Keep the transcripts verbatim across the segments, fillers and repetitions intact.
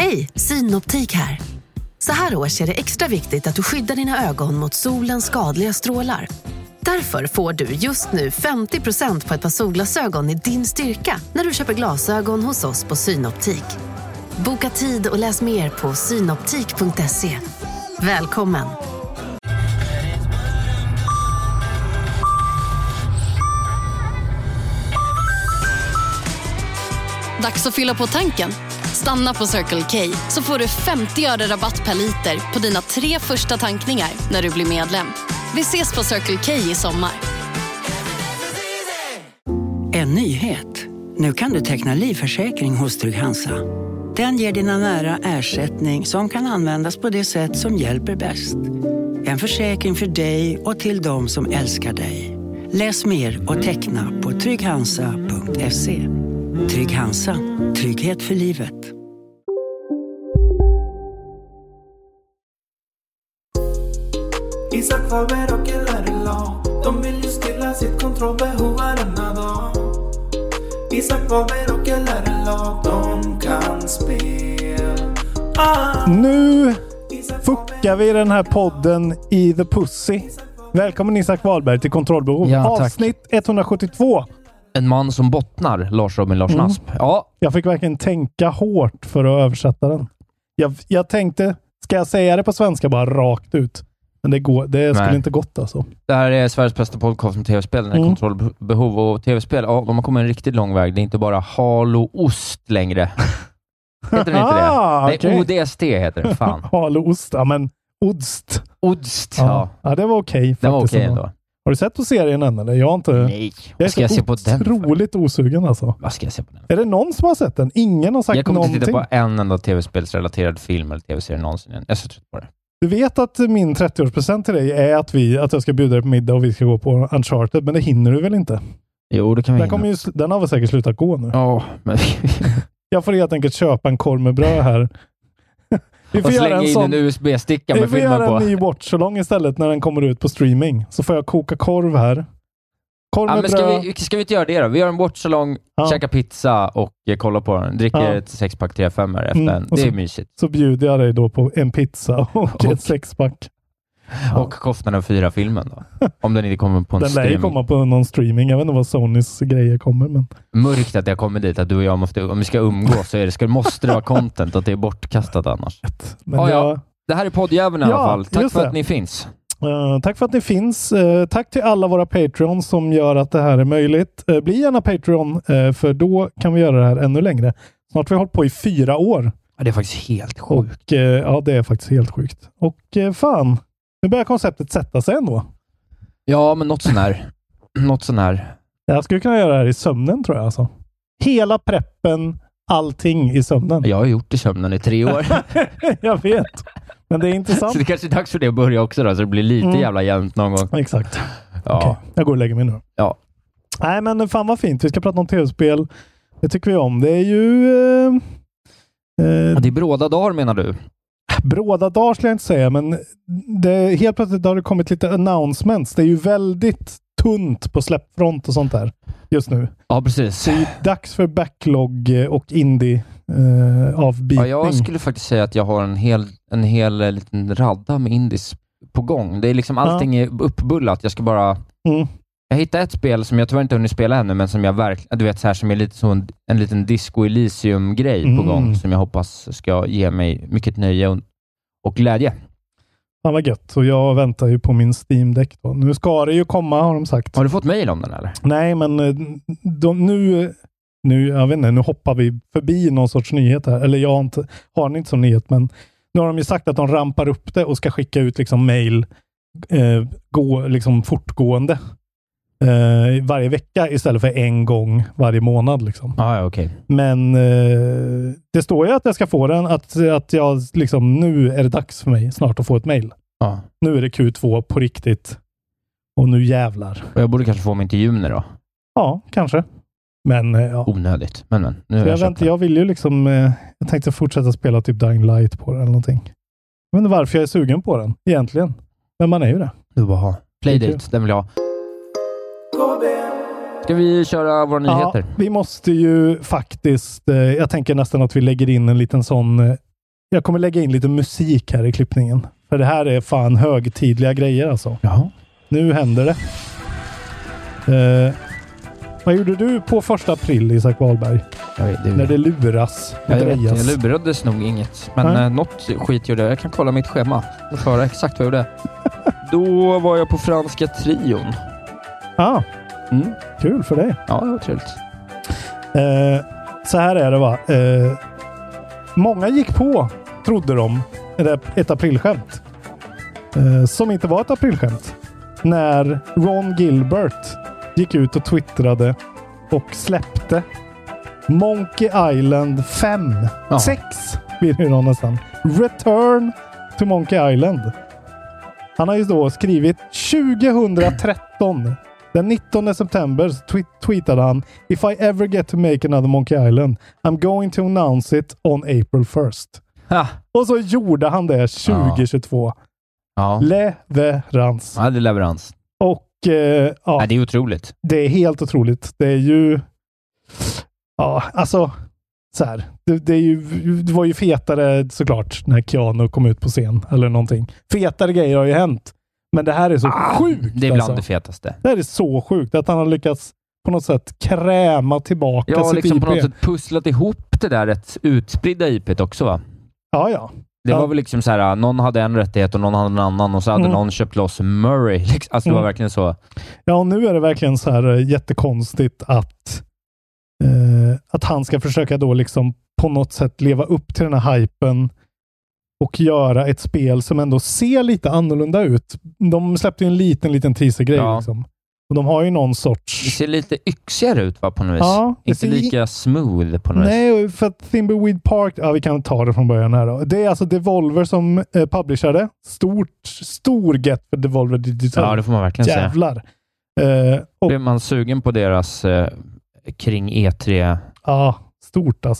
Hej, Synoptik här. Så här års är det extra viktigt att du skyddar dina ögon mot solens skadliga strålar. Därför får du just nu femtio procent på ett par solglasögon i din styrka när du köper glasögon hos oss på Synoptik. Boka tid och läs mer på synoptik punkt se. Välkommen! Dags att fylla på tanken. Stanna på Circle K så får du femtio öre rabatt per liter på dina tre första tankningar när du blir medlem. Vi ses på Circle K i sommar. En nyhet. Nu kan du teckna livförsäkring hos Trygg-Hansa. Den ger dina nära ersättning som kan användas på det sätt som hjälper bäst. En försäkring för dig och till de som älskar dig. Läs mer och teckna på trygg hansa punkt se. Trygg-Hansa. Trygghet för livet. Isak Faber och L-R-L-A. De vill ju stilla sitt kontrollbehov varenda dag. Isak Faber och L-R-L-A. De kan spela. Ah. Nu fuckar vi den här podden i The Pussy. Välkommen Isak Wahlberg till Kontrollbehov. Ja, avsnitt etthundrasjuttiotvå. En man som bottnar, Lars Robin Larsson Mm. Asp. Ja. Jag fick verkligen tänka hårt för att översätta den. Jag, jag tänkte, ska jag säga det på svenska bara rakt ut? Men det, går, det skulle Nej. inte gått alltså. Det här är Sveriges bästa podcast om tv-spel. Den här Mm. Kontrollbehov och tv-spel. Ja, de har kommit en riktigt lång väg. Det är inte bara halo ost längre. Heter det inte det? Ah, Nej, okej. O D S T heter det. Fan. Halo ost, ja men odst. Odst, Ja, ja. ja det var okej faktiskt. Det var okej ändå. ändå. Har du sett på serien än eller? Jag har inte... Nej. Jag är Vad ska jag så se på den för? otroligt osugen alltså. Vad ska jag se på den? Är det någon som har sett den? Ingen har sagt Jag kommer inte någonting. titta på en enda tv-spelsrelaterad film eller tv-serie någonsin igen. Jag är så trött på det. Du vet att min trettioårspresent till dig är att, vi, att jag ska bjuda dig på middag och vi ska gå på Uncharted, men det hinner du väl inte? Jo, det kan vi Den, kommer ju, den har väl säkert slutat gå nu. Ja, men... Jag får helt enkelt köpa en korv med bröd här. Vi får och göra slänga en in sån... en U S B-sticka Vi med får filmen göra på. en ny watch-along istället när den kommer ut på streaming. Så får jag koka korv här. Korv Ja, med men ska, bröd. vi, ska vi inte göra det då? Vi gör en watch-along, Ja. käkar pizza och eh, kollar på den. Dricker Ja. ett sexpack tre femmor efter Mm, den. och Det är så- mysigt. Så bjuder jag dig då på en pizza och, Och- ett sexpack. Ja. Och kostnaden för fyra filmen då. Om den inte kommer på en Den lär ju streaming. komma på någon streaming. Jag vet inte vad Sonys grejer kommer. Men... Mörkt att jag kommer dit, att du och jag måste, om vi ska umgås så är det, ska, måste det vara content, att det är bortkastat annars. Men Ja, jag... ja. Det här är poddjäveln i alla Ja, fall. Tack just för det. att ni finns. Uh, tack för att ni finns. Uh, tack till alla våra Patreons som gör att det här är möjligt. Uh, bli gärna Patreon, uh, för då kan vi göra det här ännu längre. Snart har vi hållit på i fyra år. Ja, det är faktiskt helt sjukt. Och, uh, ja, det är faktiskt helt sjukt. Och uh, fan, nu börjar konceptet sätta sig ändå. Ja, men något sån här. något sån här. Jag skulle kunna göra det här i sömnen tror jag. Alltså. Hela preppen, allting i sömnen. Jag har gjort i sömnen i tre år. Jag vet. Men det är intressant. Så det kanske är dags för det att börja också då, så det blir lite Mm. jävla jämnt någon gång. Exakt. Ja. Okej, jag går och lägger mig nu. Ja. Nej, men fan vad fint. Vi ska prata om tv-spel. Det tycker vi om. Det är ju... Eh, eh, Ja, det är bråda dagar menar du? bråda dagar skulle jag inte säga, men det, helt plötsligt har det kommit lite announcements. Det är ju väldigt tunt på släppfront och sånt där just nu. Ja, precis. Det är ju dags för backlog och indie eh, avbitning. Ja, jag skulle faktiskt säga att jag har en hel, en hel eh, liten radda med indies på gång. Det är liksom, allting är uppbullat. Jag ska bara... Mm. Jag hittade ett spel som jag tyvärr inte hunnit spela ännu, men som jag verkligen, du vet, så här som är lite så en, en liten Disco Elysium-grej Mm. på gång, som jag hoppas ska ge mig mycket nöje och, och glädje. Fan vad gött. Och jag väntar ju på min Steam Deck då. Nu ska det ju komma, har de sagt. Har du fått mejl om den eller? Nej, men eh, de, nu, nu, jag vet inte, nu hoppar vi förbi någon sorts nyhet här. Eller jag har inte, har ni inte som nyhet, men nu har de ju sagt att de rampar upp det och ska skicka ut liksom mail eh, gå, liksom fortgående eh, varje vecka istället för en gång varje månad. Liksom. Ah, ja, okej. Men eh, det står ju att jag ska få den, att, att jag liksom, nu är det dags för mig snart att få ett mail. Ja. Nu är det Q två på riktigt. Och nu jävlar. Och jag borde kanske få min till juni då. Ja, kanske. Men eh, ja. Onödigt. Men, men nu har jag, jag vet köpt inte, den. jag vill ju liksom, eh, jag tänkte fortsätta spela typ Dying Light på den eller någonting. Jag vet inte varför jag är sugen på den egentligen. Men man är ju det. Du bara ha. Playdate, den vill jag ha. Ska vi köra våra nyheter? Ja, vi måste ju faktiskt, eh, jag tänker nästan att vi lägger in en liten sån eh, jag kommer lägga in lite musik här i klippningen. För det här är fan högtidliga grejer alltså. Jaha. Nu händer det. Eh, vad gjorde du på första april, Isak Wahlberg? Jag vet, det... När det luras och jag, vet, drejas. jag lurades nog inget. Men eh, något skit gjorde jag. Jag kan kolla mitt schema och höra exakt vad jag gjorde. Då var jag på franska trion. Ah, mm. Kul för dig. Ja, det var trevligt. Eh, så här är det va. Eh, många gick på, trodde de, ett aprilskämt. Eh, som inte var ett aprilskämt. När Ron Gilbert gick ut och twittrade och släppte Monkey Island fem. Ja. sex blir det då nästan. Return to Monkey Island. Han har ju då skrivit tjugohundratretton. Den nittonde september tw- tweetade han: If I ever get to make another Monkey Island, I'm going to announce it on April first. Ha. Och så gjorde han det tjugohundratjugotvå. Ja. Leverans. Ja, det är leverans. Och eh, ja, ja, det är otroligt. Det är helt otroligt. Det är ju... Ja, alltså... Så här. Det, det, är ju, det var ju fetare såklart när Keanu kom ut på scen eller någonting. Fetare grejer har ju hänt. Men det här är så ah, sjukt. Det är bland alltså. det fetaste. Det här är så sjukt att han har lyckats på något sätt kräma tillbaka ja, sitt liksom I P. på något sätt pusslat ihop det där rätt utspridda I P:t också va? Ja, ja. Det ja. var väl liksom så här, någon hade en rättighet och någon hade en annan och så hade mm. någon köpt loss Murray. Alltså det var mm. verkligen så. Ja, och nu är det verkligen så här jättekonstigt att eh, att han ska försöka då liksom på något sätt leva upp till den här hypen och göra ett spel som ändå ser lite annorlunda ut. De släppte ju en liten, liten teaser-grej ja. liksom. Och de har ju någon sorts... Det ser lite yxigare ut va, på något vis. Ja, inte ser... lika smooth på något Nej, vis. för att Thimbleweed Park... Ja, vi kan ta det från början här då. Det är alltså Devolver som eh, publicerade. Stort, stor get för Devolver Digital. Ja, det får man verkligen Jävlar. säga. Eh, och... Blir man sugen på deras eh, kring E tre? Ja, stort alltså.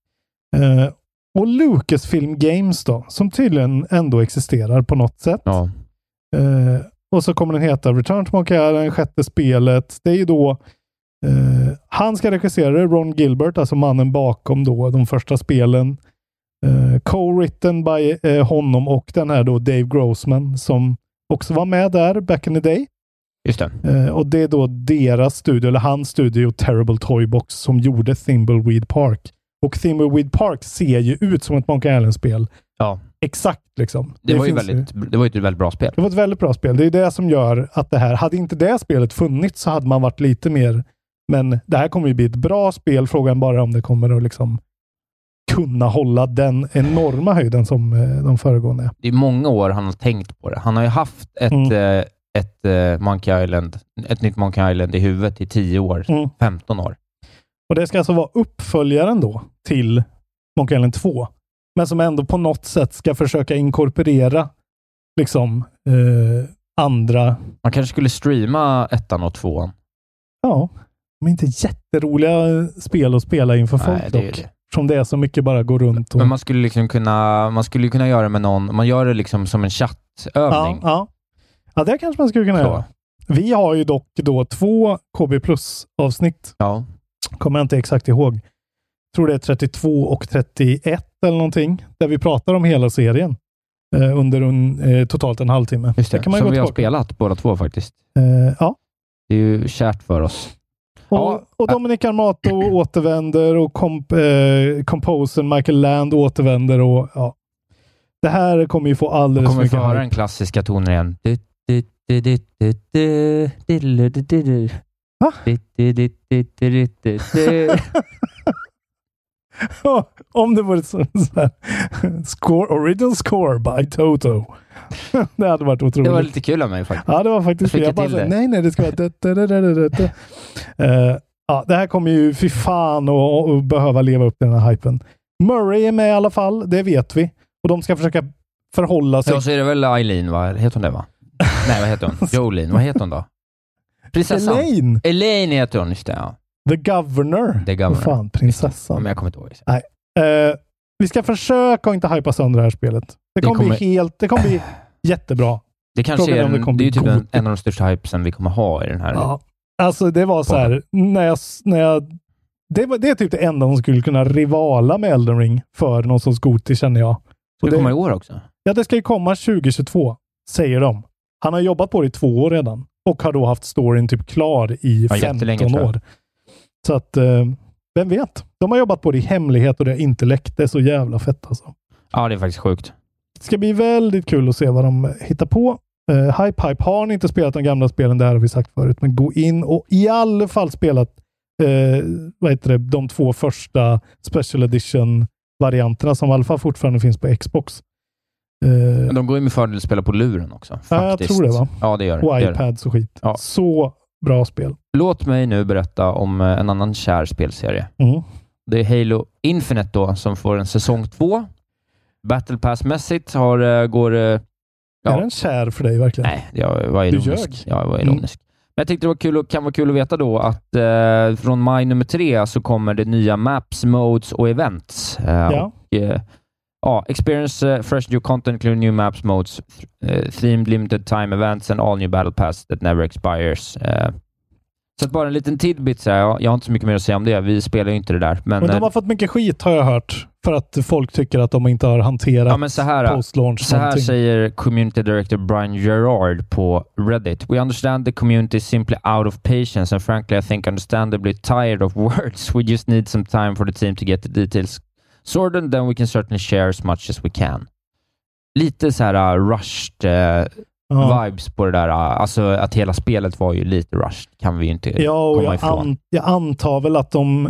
Eh, och Lucasfilm Games då, som tydligen ändå existerar på något sätt. Ja. Eh, och så kommer den heta Return to Monkey Island, sjätte spelet. Det är ju då eh, han ska regissera det, Ron Gilbert, alltså mannen bakom då de första spelen. Eh, co-written by eh, honom och den här då Dave Grossman som också var med där back in the day. Just det. Eh, och det är då deras studio, eller hans studio Terrible Toybox som gjorde Thimbleweed Park. Och Thimbleweed Park ser ju ut som ett Monkey Island-spel. Ja. Exakt liksom. Det, det var ju väldigt, ju. det var ju ett väldigt bra spel. Det var ett väldigt bra spel. Det är det som gör att det här, hade inte det spelet funnits så hade man varit lite mer, men det här kommer ju bli ett bra spel. Frågan bara om det kommer att liksom kunna hålla den enorma höjden som eh, de föregående är. Det är många år han har tänkt på det. Han har ju haft ett, mm. eh, ett eh, Monkey Island, ett nytt Monkey Island i huvudet i tio år, mm. femton år. Och det ska alltså vara uppföljaren då till Monkey Island två. Men som ändå på något sätt ska försöka inkorporera liksom eh, andra... Man kanske skulle streama ettan och tvåan. Ja, men inte jätteroliga spel att spela inför folk. Nej, det dock. Det. Som det är så mycket bara går runt. Och... Men man skulle liksom kunna man skulle kunna göra med någon, man gör det liksom som en chattövning. Ja, ja. ja det kanske man skulle kunna så. göra. Vi har ju dock då två K B plus avsnitt. Ja. Kommer jag inte exakt ihåg. Jag tror det är trettiotvå och trettioett eller någonting. Där vi pratar om hela serien. Eh, under en, eh, totalt en halvtimme. Just det, det kan man som gå vi har tillbaka. spelat båda två faktiskt. Eh, ja. Det är ju kärt för oss. Och, ja. och Dominic Armato återvänder och komp, eh, composern Michael Land återvänder och ja. Det här kommer ju få alldeles kommer mycket få höra den klassiska tonen igen. Va? Om det vore så, så här, score, original score by Toto. Det hade varit otroligt. Det var lite kul av mig faktiskt. Ja, det var faktiskt jag jag bara så, nej, nej, det ska vara det, det, det, det, det. Uh, ja, det här kommer ju fy fan och, och behöva leva upp till den här hypen. Murray är med i alla fall, det vet vi. Och de ska försöka förhålla sig. Ja, så är det väl Eileen, va? Heter hon det, va? Nej, vad heter hon? Jolene, vad heter hon då? Prinsessan. Elaine. Elaine heter hon, just det, ja. The Governor. The Governor. Oh, fan, prinsessan. Men jag kommer inte ihåg. Nej. Uh, vi ska försöka inte hypa sönder det här spelet. Det kommer, det kommer... bli helt, det kommer bli jättebra. Det kanske är, en, det, det är ju typ en, en av de största hypesen vi kommer ha i den här. Ja. Alltså det var så här, när jag, när jag det, var, det är typ det enda som skulle kunna rivala med Elden Ring för någon sorts Goti, känner jag. Ska det, det komma i år också? Ja, det ska ju komma tjugo tjugotvå, säger de. Han har jobbat på det i två år redan. Och har då haft storyn typ klar i ja, femton år. Så att, eh, vem vet? De har jobbat på det i hemlighet och det har inte läckt. Det är så jävla fett alltså. Ja, det är faktiskt sjukt. Det ska bli väldigt kul att se vad de hittar på. Uh, Hype Hype har ni inte spelat de gamla spelen, det här har vi sagt förut. Men gå in och i alla fall spelat uh, vad heter det, de två första Special Edition-varianterna som i alla fall fortfarande finns på Xbox. Uh, de går ju med fördel att spela på luren också. Faktiskt. Ja, jag tror det va? Ja, det gör och det. iPads och skit. Ja. Så bra spel. Låt mig nu berätta om en annan kär spelserie. Mm. Det är Halo Infinite då, som får en säsong två. Battle Pass-mässigt har, går... Ja. Är den kär för dig verkligen? Nej, jag var ironisk. Jag var ironisk. Mm. Men jag tyckte det var kul och kan vara kul att veta då att eh, från maj nummer tre så kommer det nya maps, modes och events. Eh, ja. Och, eh, ja, experience uh, fresh new content, including new maps, modes, uh, themed limited time events and all new battle pass that never expires. Uh, så att bara en liten tidbit så här, jag, jag har inte så mycket mer att säga om det. Vi spelar ju inte det där. Men, men de har fått mycket skit har jag hört. För att folk tycker att de inte har hanterat ja, men så här, post-launch. Så här någonting. säger community director Brian Gerard på Reddit. We understand the community is simply out of patience and frankly I think understandably tired of words. We just need some time for the team to get the details sorted, then we can certainly share as much as we can. Lite så här uh, rushed uh, ja. vibes på det där. Uh, alltså att hela spelet var ju lite rushed. Kan vi ju inte ja, och komma jag ifrån. An- jag antar väl att de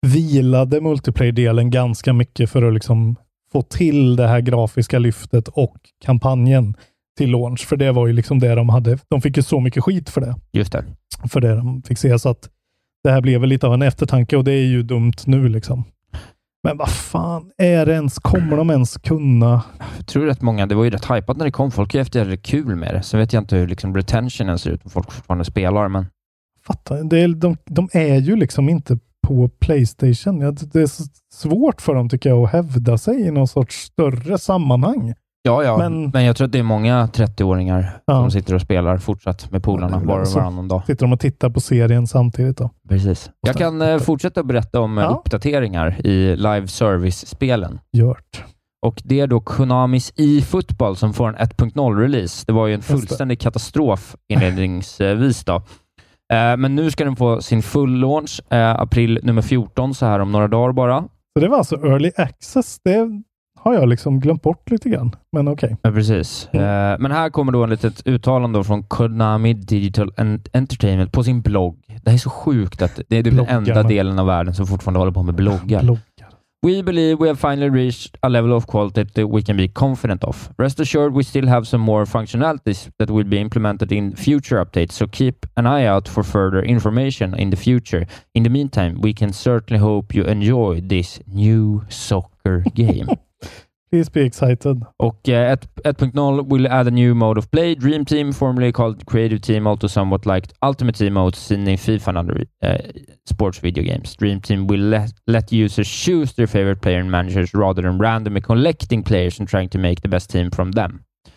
vilade multiplayer-delen ganska mycket för att liksom få till det här grafiska lyftet och kampanjen till launch. För det var ju liksom det de hade. De fick ju så mycket skit för det. Just det. För det de fick se. Så att det här blev väl lite av en eftertanke och det är ju dumt nu liksom. Men vad fan, är det ens, kommer de ens kunna? Jag tror rätt många, det var ju rätt hypat när det kom. Folk är efter det kul med det. Så vet jag inte hur liksom retentionen ser ut om folk fortfarande spelar, men... Fattar, det är, de, de är ju liksom inte på PlayStation. Ja, det är så svårt för dem tycker jag att hävda sig i någon sorts större sammanhang. Ja, ja. Men, men jag tror att det är många trettio-åringar ja. som sitter och spelar fortsatt med polarna ja, var och varannan dag. Sitter de och tittar på serien samtidigt då? Precis. Jag kan eh, fortsätta berätta om ja. uppdateringar i live service-spelen. Gjort. Och det är då Konamis eFootball som får en ett punkt noll-release. Det var ju en fullständig katastrof inledningsvis då. Eh, men nu ska den få sin full launch eh, april nummer fjorton, så här om några dagar bara. Så det var alltså early access, det har jag liksom glömt bort lite grann, men okej. Okay. Ja, precis. Mm. Uh, men här kommer då en litet uttalande från Konami Digital Entertainment på sin blogg. Det här är så sjukt att det är den enda man. delen av världen som fortfarande håller på med bloggar. bloggar. We believe we have finally reached a level of quality that we can be confident of. Rest assured we still have some more functionalities that will be implemented in future updates, so keep an eye out for further information in the future. In the meantime, we can certainly hope you enjoy this new soccer game. Please be excited. Och uh, ett punkt noll will add a new mode of play. Dream Team, formerly called Creative Team, also somewhat like Ultimate Team modes seen in FIFA and other uh, sports video games. Dream Team will let, let users choose their favorite player and managers rather than randomly collecting players and trying to make the best team from them.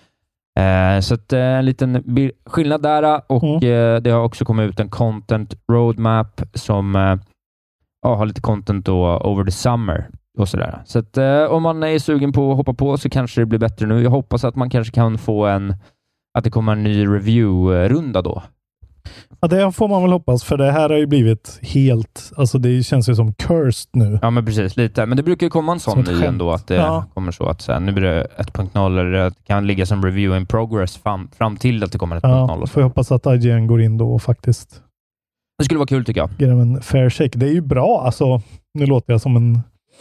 Uh, så att, uh, en liten skillnad där. Och mm. uh, det har också kommit ut en content roadmap som uh, uh, har lite content då over the summer. Och sådär. Så att, eh, om man är sugen på att hoppa på så kanske det blir bättre nu. Jag hoppas att man kanske kan få en att det kommer en ny review-runda då. Ja, det får man väl hoppas, för det här har ju blivit helt, alltså det känns ju som cursed nu. Ja, men precis, lite. Men det brukar ju komma en sån ny ändå, att det ja. kommer så att så här, nu blir det ett punkt noll eller det kan ligga som review in progress fram, fram till att det kommer ett punkt noll. Ja, får jag hoppas att I G N går in då och faktiskt... Det skulle vara kul tycker jag. Ge dem en fair shake. Det är ju bra, alltså nu låter jag som en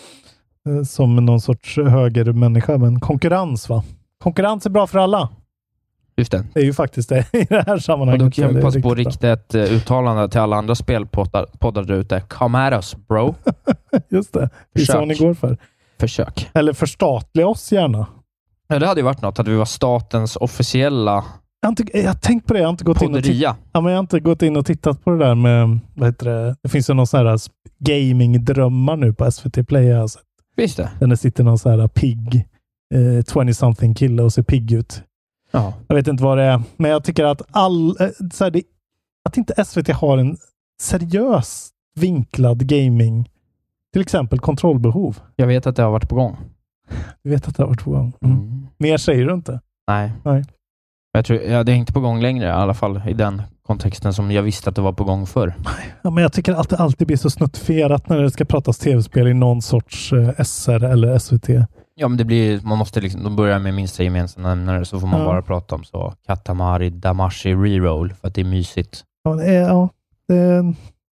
som någon sorts högermänniska, men konkurrens va? Konkurrens är bra för alla. Just det. Det är ju faktiskt det i det här sammanhanget. Och då kan vi passa på att rikta ett uh, uttalande till alla andra spelpoddar där ute. Come at us, bro. Just det. Det är så ni går för. Försök. Eller förstatliga oss gärna. Ja, det hade ju varit något att vi var statens officiella Jag har, inte, jag har tänkt på det. Jag har inte gått in och tittat. Ja, men jag har inte gått in och tittat på det där med, vad heter det? Det finns ju någon sån här gaming-drömmar nu på S V T Play. Alltså. Visst det. Där det sitter någon sån här pigg eh, twenty-something kille och ser pigg ut. Ja. Jag vet inte vad det är. Men jag tycker att all, eh, så här, det, att inte S V T har en seriös vinklad gaming, till exempel kontrollbehov. Jag vet att det har varit på gång. Du vet att det har varit på gång. Mm. Mm. Mer säger du inte? Nej. Nej. Jag tror, ja, det är inte på gång längre i alla fall i den kontexten som jag visste att det var på gång förr. Ja, men jag tycker att det alltid blir så snuttifierat när det ska pratas tv-spel i någon sorts eh, S R eller S V T. Ja, men det blir, man måste liksom, de börjar med minsta gemensamma nämnare så får man ja. bara prata om så Katamari Damacy Reroll för att det är mysigt. Ja, det är, ja det,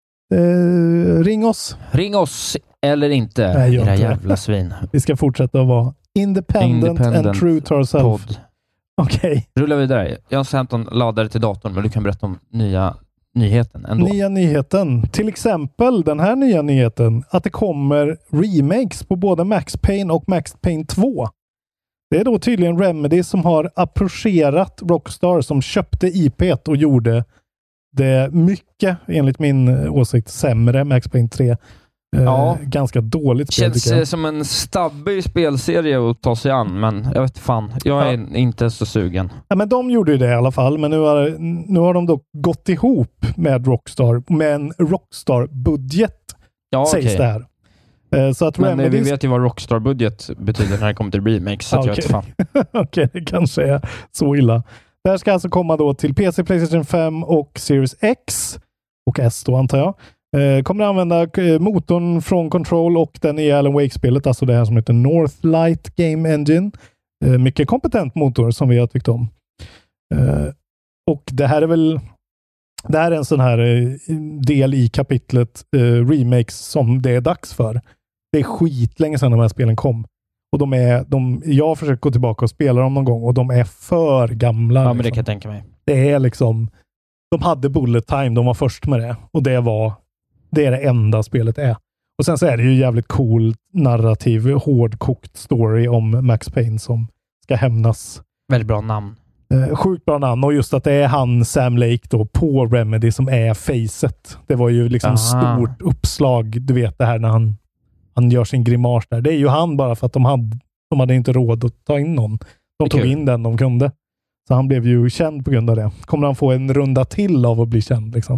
det, ring oss. Ring oss eller inte, Nej, era jävla svin. Vi ska fortsätta att vara independent, independent and true to ourselves. Okej. Okay. Rulla vidare. Jag har hämtat en laddare till datorn, men du kan berätta om nya nyheten ändå. Nya nyheten. Till exempel den här nya nyheten att det kommer remakes på både Max Payne och Max Payne två. Det är då tydligen Remedy som har approcherat Rockstar som köpte I P och gjorde det mycket, enligt min åsikt, sämre Max Payne tre. Ja. Eh, ganska dåligt spel. Känns som en stabbig spelserie att ta sig an, men jag vet fan. Jag är ja. inte så sugen. Ja, men de gjorde ju det i alla fall, men nu har, nu har de då gått ihop med Rockstar med en Rockstar-budget, ja, sägs okay. det här. Eh, så att men Remedies... vi vet ju vad Rockstar-budget betyder när det kommer till remakes, så ja, att okay. jag vet fan. Okej, okay, det kanske är så illa. Det här ska alltså komma då till P C, PlayStation fem och Series X och S då, antar jag. Eh, kommer att använda eh, motorn från Control och den i Alan Wake-spelet, alltså det här som heter Northlight Game Engine. Eh, mycket kompetent motor som vi har tyckt om. Eh, och det här är väl det här är en sån här eh, del i kapitlet eh, remakes som det är dags för. Det är skitlänge sedan de här spelen kom. Och de är, de, jag har försökt gå tillbaka och spela dem någon gång och de är för gamla. Ja, liksom. men det kan jag tänka mig. Det är liksom, de hade bullet time, de var först med det. Och det var, det är det enda spelet är. Och sen så är det ju jävligt cool narrativ, hårdkokt story om Max Payne som ska hämnas. Väldigt bra namn. Eh, sjukt bra namn. Och just att det är han, Sam Lake då, på Remedy som är facet. Det var ju liksom Aha. stort uppslag, du vet det här när han Han gör sin grimas där. Det är ju han bara för att de hade, de hade inte råd att ta in någon. De tog in den de kunde. Så han blev ju känd på grund av det. Kommer han få en runda till av att bli känd liksom.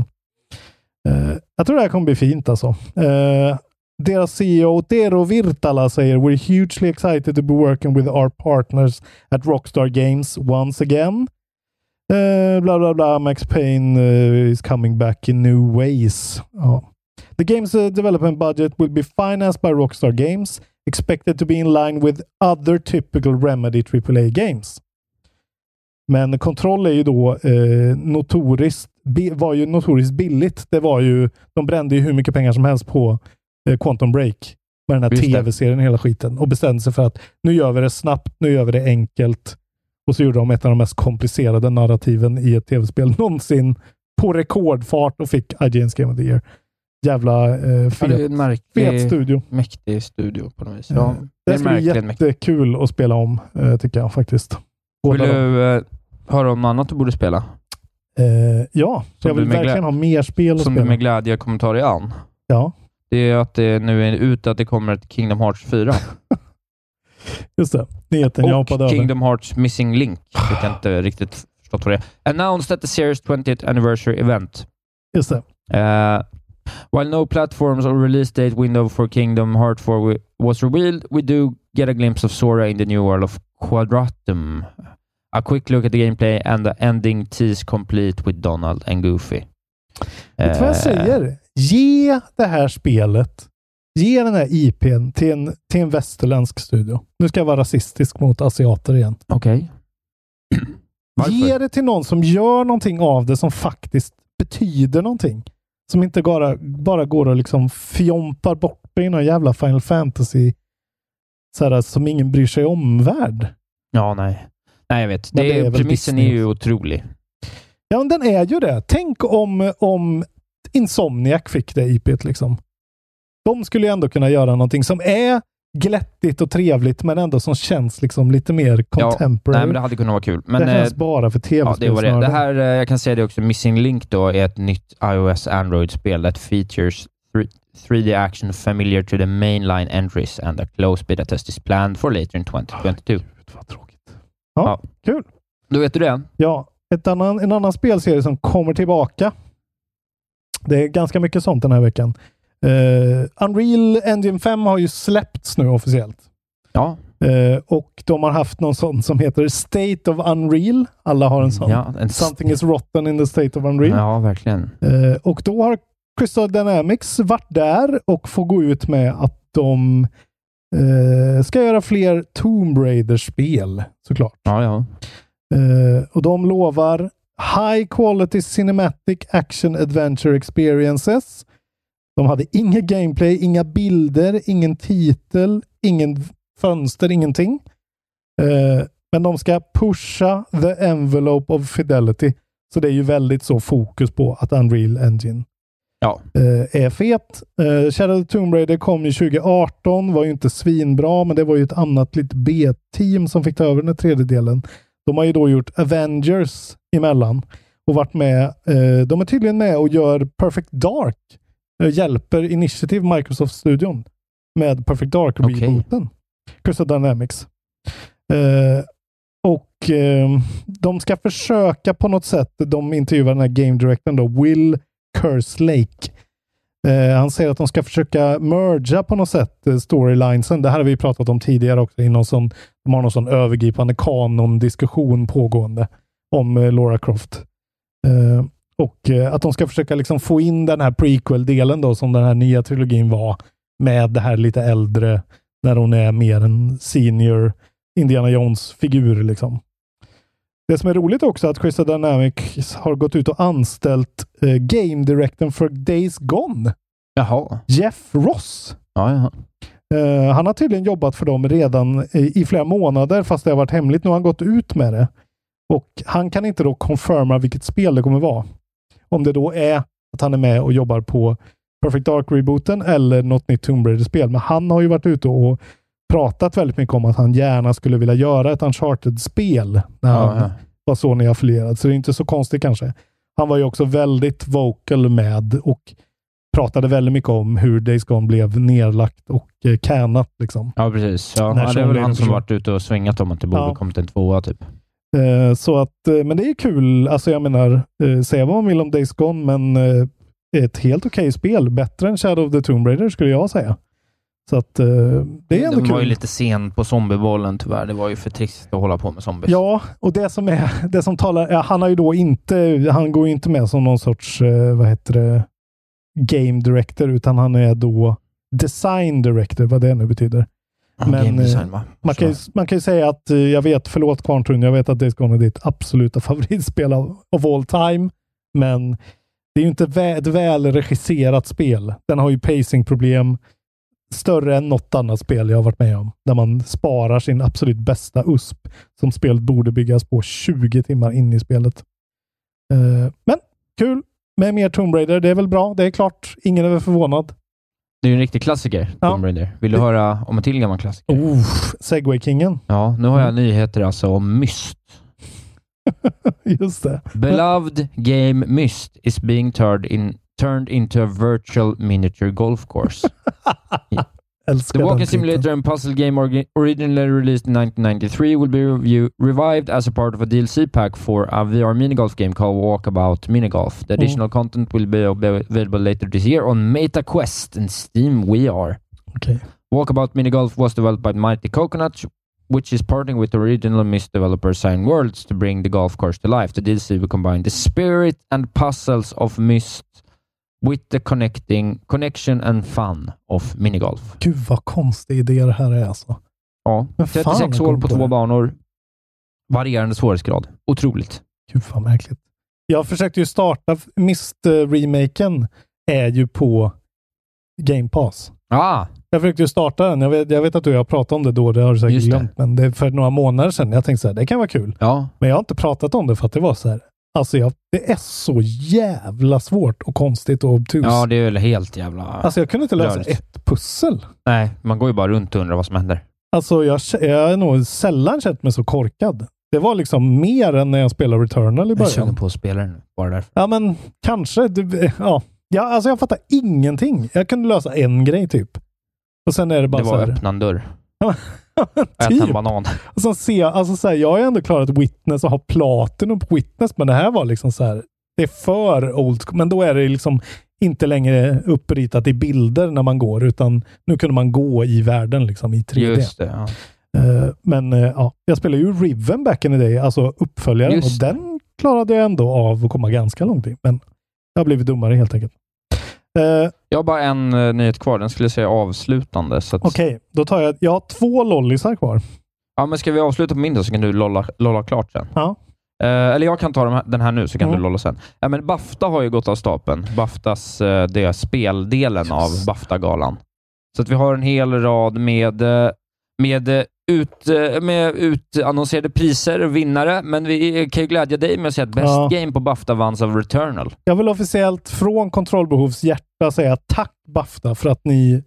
Uh, jag tror det här kommer bli fint alltså. Uh, deras C E O Tero Virtala säger "We're hugely excited to be working with our partners at Rockstar Games once again. Uh, bla bla bla. Max Payne uh, is coming back in new ways." Ja. The game's uh, development budget will be financed by Rockstar Games, expected to be in line with other typical Remedy triple A games. Men Control är ju då eh, notoriskt, bi- var ju notoriskt billigt. Det var ju, de brände ju hur mycket pengar som helst på eh, Quantum Break med den här tv-serien hela skiten och bestämde sig för att nu gör vi det snabbt, nu gör vi det enkelt. Och så gjorde de ett av de mest komplicerade narrativen i ett tv-spel någonsin på rekordfart och fick I G N's Game of the Year. Jävla eh, fet, ja, det är en märklig, fet studio. Mäktig studio på något vis. Ja, det det är skulle bli jättekul mäktig. Att spela om, eh, tycker jag faktiskt. Båda vill du eh, höra om något annat du borde spela? Eh, ja, som jag vill verkligen ha mer spel att som spela. du med glädje kommentarer an. Ja. Det är att det nu är ut att det kommer ett Kingdom Hearts fyra. Just det. Nyheten jag hoppade över. Och Kingdom Hearts Missing Link. Jag kan inte riktigt förstått vad det är. Announced at the series twentieth anniversary event. Just det. Uh, while no platforms or release date window for Kingdom Hearts four was revealed, we do get a glimpse of Sora in the new world of Quadratum. A quick look at the gameplay and the ending tease complete with Donald and Goofy. Vet du vad jag säger? Ge det här spelet, ge den här I P:n till en, till en västerländsk studio. Nu ska jag vara rasistisk mot asiater igen. Okej. Okay. Ge det till någon som gör någonting av det som faktiskt betyder någonting. Som inte bara, bara går och liksom fjompar bort det i någon jävla Final Fantasy såhär, som ingen bryr sig om värld. Ja, nej. Nej, jag vet. Det, det är premissen är ju otrolig. Ja, men den är ju det. Tänk om, om Insomniac fick det I P:t liksom. De skulle ju ändå kunna göra någonting som är glättigt och trevligt, men ändå som känns liksom lite mer contemporary. Ja, nej, men det hade kunnat vara kul. Men, det känns eh, bara för tv-spel. Ja, det var det. Det här, eh, jag kan säga det också, Missing Link då är ett nytt iOS Android-spel that features three D action familiar to the mainline entries and a close beta test is planned for later in twenty twenty-two. Oh, Gud, vad tråkigt. Ja, ja, kul. Då vet du det. Ja, ett annan, en annan spelserie som kommer tillbaka. Det är ganska mycket sånt den här veckan. Uh, Unreal Engine fem har ju släppts nu officiellt. Ja. Uh, och de har haft någon sån som heter State of Unreal. Alla har en sån. Ja, en Something is rotten in the State of Unreal. Ja, verkligen. Uh, och då har Crystal Dynamics varit där och får gå ut med att de uh, ska göra fler Tomb Raider-spel, såklart. Ja, ja. Uh, och de lovar high quality cinematic action adventure experiences. De hade inga gameplay, inga bilder, ingen titel, ingen fönster, ingenting. Uh, men de ska pusha the envelope of fidelity. Så det är ju väldigt så fokus på att Unreal Engine ja. uh, är fet. Uh, Shadow of the Tomb Raider kom ju tjugo arton, var ju inte svinbra, men det var ju ett annat lite B-team som fick ta över den här tredje delen. De har ju då gjort Avengers emellan och varit med. Uh, de är tydligen med och gör Perfect Dark. Uh, hjälper Initiative Microsoft-studion med Perfect Dark-rebooten. Okay. Crystal Dynamics. Uh, och uh, de ska försöka på något sätt, de intervjuar den här game directorn då, Will Kerslake. Uh, han säger att de ska försöka merga på något sätt uh, storylinesen. Det här har vi pratat om tidigare också. I någon sån, de har någon sån övergripande kanon-diskussion pågående om uh, Lara Croft. Uh, och uh, att de ska försöka liksom få in den här prequel-delen då som den här nya trilogin var med det här lite äldre när hon är mer en senior Indiana Jones-figur liksom. Det som är roligt också är att Crystal Dynamics har gått ut och anställt eh, game directorn för Days Gone. Jaha. Jeff Ross. Ja, ja. Eh, han har tydligen jobbat för dem redan i, i flera månader fast det har varit hemligt. Nu har han gått ut med det. Och han kan inte då confirma vilket spel det kommer vara. Om det då är att han är med och jobbar på Perfect Dark-rebooten eller något nytt Tomb Raider-spel. Men han har ju varit ute och pratat väldigt mycket om att han gärna skulle vilja göra ett Uncharted-spel när ja, han ja. var Sony-affilierad. Så det är inte så konstigt kanske. Han var ju också väldigt vocal med och pratade väldigt mycket om hur Days Gone blev nedlagt och eh, canat liksom. Ja, precis. Ja, ja, det är väl han som varit ute och svängat om att det borde ja. kommit en tvåa typ. Eh, så att, eh, men det är kul. Alltså jag menar, eh, säga vad man vill om Days Gone, men eh, ett helt okej spel. Bättre än Shadow of the Tomb Raider skulle jag säga. Så att uh, det är ändå kul. kul. var ju lite sen på zombiebollen tyvärr. Det var ju för trist att hålla på med zombies. Ja, och det som är det som talar, ja, han har ju då inte, han går ju inte med som någon sorts, uh, vad heter det, game director, utan han är då design director, vad det nu betyder. Ja, men game design, va? man, kan ju, man kan ju säga att uh, jag vet, förlåt Kvarntrun, jag vet att Days Gone är ditt absoluta favoritspel av, of all time, men det är ju inte vä- ett väl regisserat spel. Den har ju pacing-problem större än något annat spel jag har varit med om. Där man sparar sin absolut bästa U S P som spelet borde byggas på tjugo timmar in i spelet. Uh, men kul med mer Tomb Raider. Det är väl bra. Det är klart. Ingen är väl förvånad. Det är ju en riktig klassiker, ja. Tomb Raider. Vill du det... höra om en till gammal klassiker? Oh, Segway-kingen. Ja, nu har jag mm. nyheter alltså om Myst. Just det. Beloved game Myst is being turned in turned into a virtual miniature golf course. The walking simulator and puzzle game orgi- originally released in nineteen ninety-three will be review- revived as a part of a D L C pack for a V R minigolf game called Walkabout Minigolf. The additional mm. content will be available later this year on MetaQuest and Steam V R. Okay. Walkabout Minigolf was developed by Mighty Coconut, which is partnering with the original Myst developer Sign Worlds to bring the golf course to life. The D L C will combine the spirit and puzzles of Myst with the connecting connection and fun of minigolf. Gud vad konstig idé det här är alltså. Ja, trettiosex år på två det. banor. Varierande svårighetsgrad. Otroligt. Gud vad märkligt. Jag försökte ju starta Myst-remaken är ju på Game Pass. Ah. Jag försökte ju starta den. Jag vet, jag vet att du har pratat om det då. Det har du säkert glömt. Men det är för några månader sedan. Jag tänkte så här, det kan vara kul. Ja. Men jag har inte pratat om det för att det var så här. Alltså jag, det är så jävla svårt och konstigt och obtus. Ja, det är väl helt jävla... Alltså jag kunde inte lösa rörligt. ett pussel. Nej, man går ju bara runt och undrar vad som händer. Alltså jag, jag har nog sällan känt mig så korkad. Det var liksom mer än när jag spelade Returnal i början. Jag känner på spelaren bara därför. Ja, men kanske. Det, ja. ja, alltså jag fattar ingenting. Jag kunde lösa en grej typ. Och sen är det bara det var så här... öppna en dörr. typ. Äta en banan. Och sen ser jag, alltså så här, jag har ju ändå klarat Witness och har platinum på Witness, men det här var liksom så här, det är för old school, men då är det liksom inte längre uppritat i bilder när man går, utan nu kunde man gå i världen liksom i tre D. Just det, ja. Uh, men uh, ja, jag spelade ju Riven back in the day, alltså uppföljaren, Just. och den klarade jag ändå av att komma ganska långt in. Men jag har blivit dummare helt enkelt. Uh, jag har bara en uh, nyhet kvar, den skulle jag säga avslutande. Att... Okej, okay, då tar jag, jag har två lollisar kvar. Ja, men ska vi avsluta på min då så kan du lolla, lolla klart sen. Ja. Uh, eller jag kan ta de här, den här nu så kan mm. du lolla sen. Ja, men BAFTA har ju gått av stapeln. BAFTAs, uh, det är speldelen yes. av BAFTA-galan. Så att vi har en hel rad med, med, ut, med utannonserade priser och vinnare, men vi kan ju glädja dig med att säga att Best ja. Game på BAFTA vanns av Returnal. Jag vill officiellt från Kontrollbehovs hjärta säga tack BAFTA för att ni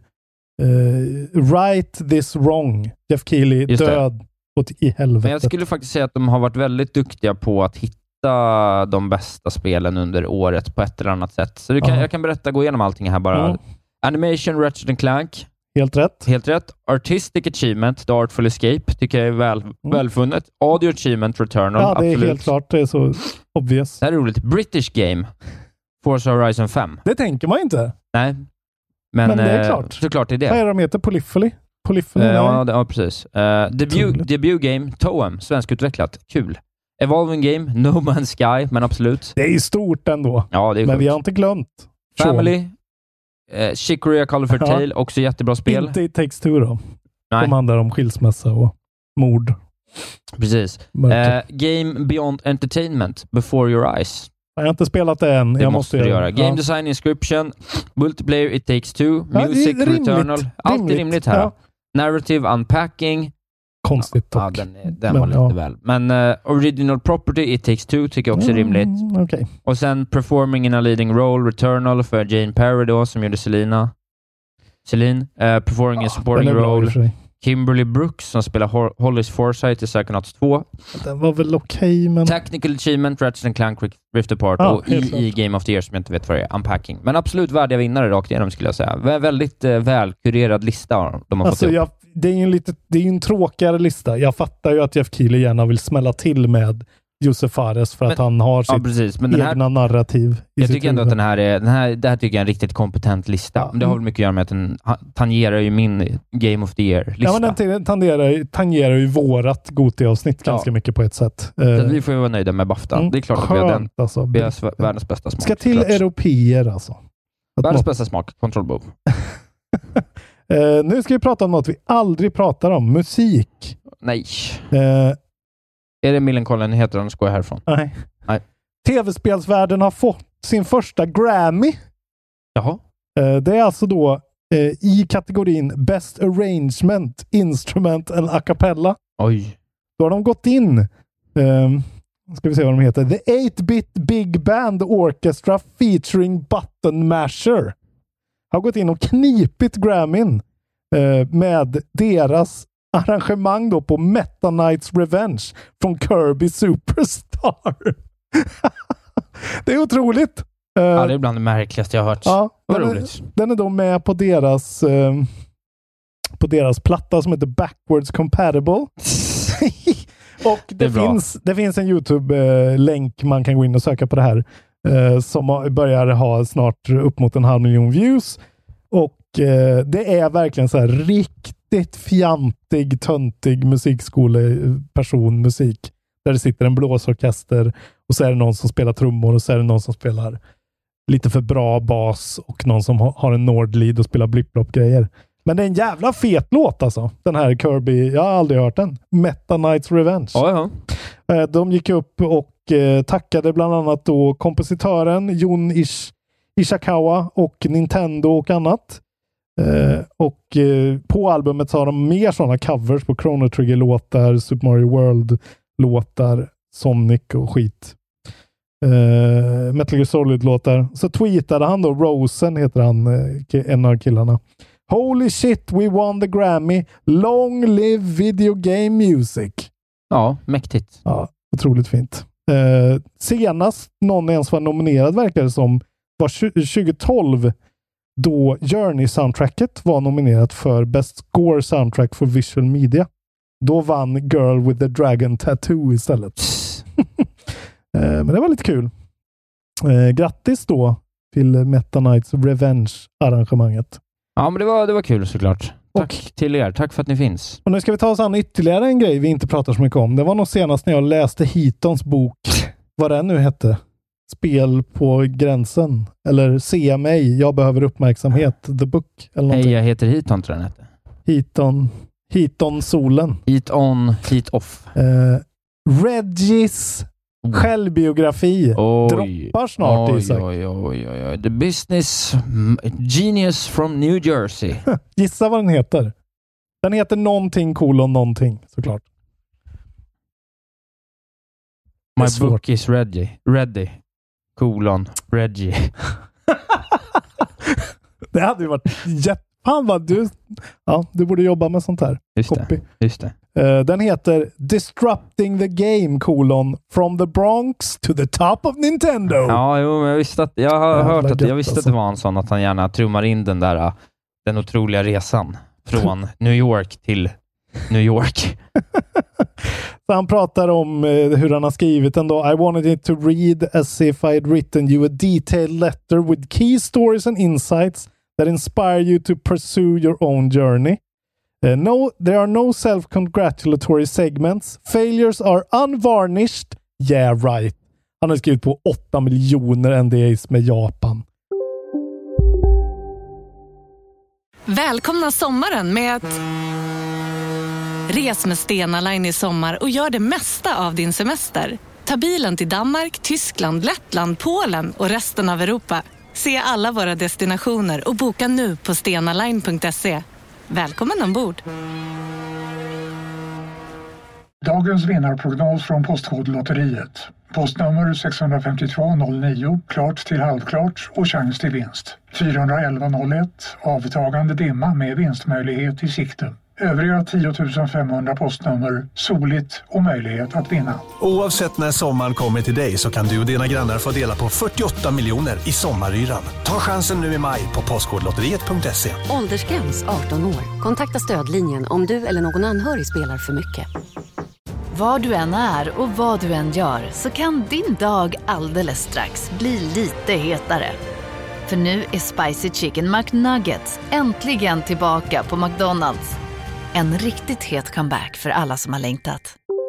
uh, right this wrong. Jeff Keighley död åt i helvete. Men jag skulle faktiskt säga att de har varit väldigt duktiga på att hitta de bästa spelen under året på ett eller annat sätt. Så du kan, ja. jag kan berätta, gå igenom allting här bara. Mm. Animation, Ratchet and Clank. Helt rätt. Helt rätt. Artistic Achievement, The Artful Escape, tycker jag är väl, mm. välfunnet. Audio Achievement, Returnal. Ja, det är absolut. helt klart. Det är så obvious. Det här är roligt. British Game, Forza Horizon fem. Det tänker man inte. Nej. Men, Men det är eh, klart. Såklart är det. Vad är det de heter? Polyphony? Polyphony? Uh, ja, det, ja, precis. Uh, debut, debut Game, Toem, svenskutvecklat. Kul. Evolving Game, No Man's Sky, men absolut. Det är stort ändå. Ja, det är men sjukt. vi har inte glömt. Family, uh, Chicory, A Colorful ja. Tale, också jättebra spel. Inte It Takes Two då. Nej. De handlar om skilsmässa och mord. Precis. Uh, Game Beyond Entertainment, Before Your Eyes. Jag har inte spelat det än. Det jag måste måste du göra. göra. Game ja. Design, Inscription, Multiplayer, It Takes Two, ja, Music, rimligt, Returnal. Allt rimligt. är rimligt här. Ja. Narrative, Unpacking. Konstigt dock. Ja, den, är, den Men, var lite ja. väl. Men uh, Original Property, It Takes Two tycker jag också är rimligt. Mm, okay. Och sen Performing in a Leading Role, Returnal för Jane Perry då, som gjorde Selina. Celine. Uh, performing ja, in Supporting Role. Kimberly Brooks som spelar Hor- Hollis Foresight i Psychonauts två. Den var väl okej, okay, men... Technical Achievement, Ratchet and Clank, Rift Apart ja, och i, i Game of the Year som jag inte vet vad det är, Unpacking. Men absolut värdiga vinnare rakt igenom skulle jag säga. Vä- väldigt eh, välkurerad lista de har alltså, fått jag, det är ju en, lite, det är en tråkigare lista. Jag fattar ju att Jeff Keighley gärna vill smälla till med Josef Fares för men, att han har sitt ja, precis. Men den egna här, narrativ. I jag tycker ändå huvud. att den här är, den här, det här tycker jag är en riktigt kompetent lista. Ja. Det har väl mycket att göra med att den tangerar ju min Game of the Year-lista. Ja, men den tangerar, tangerar ju vårat Gothia-avsnitt ja. ganska mycket på ett sätt. Så vi får ju vara nöjda med BAFTA. Mm, det är klart att vi har den. Alltså. Vi har världens bästa smak. Ska till klart. Europeer alltså. Att världens må- bästa smak, Control Bow. uh, nu ska vi prata om något vi aldrig pratar om. Musik. Nej. Uh, är det Millencolin heter den, ska jag härifrån? Nej. nej. Tv-spelsvärlden har fått sin första Grammy. Jaha. Uh, det är alltså då uh, i kategorin Best Arrangement, Instrument and A Cappella. Oj. Då har de gått in. Um, ska vi se vad de heter. The eight-bit Big Band Orchestra featuring Button Masher. Har gått in och knipit Grammyn uh, med deras arrangemang då på Meta Knight's Revenge från Kirby Superstar. Det är otroligt. Uh, ja, det är bland det märkligaste jag har hört. Ja, Vad den, roligt. Är, den är då med på deras uh, på deras platta som heter Backwards Compatible. Och det, det finns, det finns en YouTube-länk man kan gå in och söka på det här uh, som börjar ha snart upp mot en halv miljon views. Och uh, det är verkligen så här riktigt fjantig, töntig musikskoleperson musik. Där det sitter en blåsorkester och så är det någon som spelar trummor och så är det någon som spelar lite för bra bas och någon som ha, har en Nordlead och spelar blipp-blopp-grejer. Men det är en jävla fet låt alltså. Den här Kirby, jag har aldrig hört den. Meta Knight's Revenge. Ja, ja. De gick upp och eh, tackade bland annat då kompositören Jun Ish- Ishikawa och Nintendo och annat. Eh, och eh, på albumet så har de mer sådana covers på Chrono Trigger-låtar, Super Mario World-låtar, Sonic och skit. Uh, Metal Gear Solid-låtar. Så tweetade han då, Rosen heter han, uh, en av killarna. Holy shit, we won the Grammy. Long live video game music. Ja, mäktigt. Ja, otroligt fint. Uh, senast någon ens var nominerad verkar det som var tjugo tolv då Journey-soundtracket var nominerat för Best Score Soundtrack for Visual Media. Då vann Girl with the Dragon Tattoo istället. Men det var lite kul. Eh, grattis då till Meta Knight's Revenge-arrangemanget. Ja, men det var, det var kul såklart. Tack Och, till er. Tack för att ni finns. och nu ska vi ta oss an ytterligare en grej vi inte pratar så mycket om. Det var nog senast när jag läste Hitons bok, vad det nu hette. Spel på gränsen. Eller Se mig, jag behöver uppmärksamhet. The Book. Eller Hej, jag heter Hiton, tror jag den hette. Hiton. Hiton solen. Heat on, heat off. Eh, Reggies Oh. självbiografi Oj. droppar snart, oj, Isak. oj, oj, oj, oj. The Business Genius from New Jersey. Gissa vad den heter. Den heter någonting kolon någonting, såklart. My svårt. book is ready. Ready. Kolon. Reggie. Det hade ju varit jätte... Fan vad du... Ja, du borde jobba med sånt här. Just Copy. det. Just det. Uh, den heter Disrupting the Game, kolon, From the Bronx to the top of Nintendo. Ja, jo, men jag visste att... Jag har Jävla hört att... gött, Jag visste alltså. att det var en sån att han gärna trummar in den där... uh, Den otroliga resan. Från New York till New York. Så han pratar om uh, hur han har skrivit den då. I wanted it to read as if I had written you a detailed letter with key stories and insights that inspire you to pursue your own journey. Uh, no, there are no self-congratulatory segments. Failures are unvarnished. Yeah, right. Han har skrivit på åtta miljoner N D As med Japan. Välkomna sommaren med att... Res med Stena Line i sommar och gör det mesta av din semester. Ta bilen till Danmark, Tyskland, Lettland, Polen och resten av Europa. Se alla våra destinationer och boka nu på stenaline punkt se. Välkommen ombord! Dagens vinnarprognos från Postkodlotteriet. Postnummer sex fem två noll nio, klart till halvklart och chans till vinst. fyra ett ett noll ett, avtagande dimma med vinstmöjlighet i sikte. Övriga tio tusen femhundra postnummer, soligt och möjlighet att vinna. Oavsett när sommaren kommer till dig så kan du och dina grannar få dela på fyrtioåtta miljoner i sommaryran. Ta chansen nu i maj på postkodlotteriet punkt se. Åldersgräns arton år. Kontakta stödlinjen om du eller någon anhörig spelar för mycket. Var du än är och vad du än gör så kan din dag alldeles strax bli lite hetare. För nu är Spicy Chicken McNuggets äntligen tillbaka på McDonald's. En riktigt het comeback för alla som har längtat.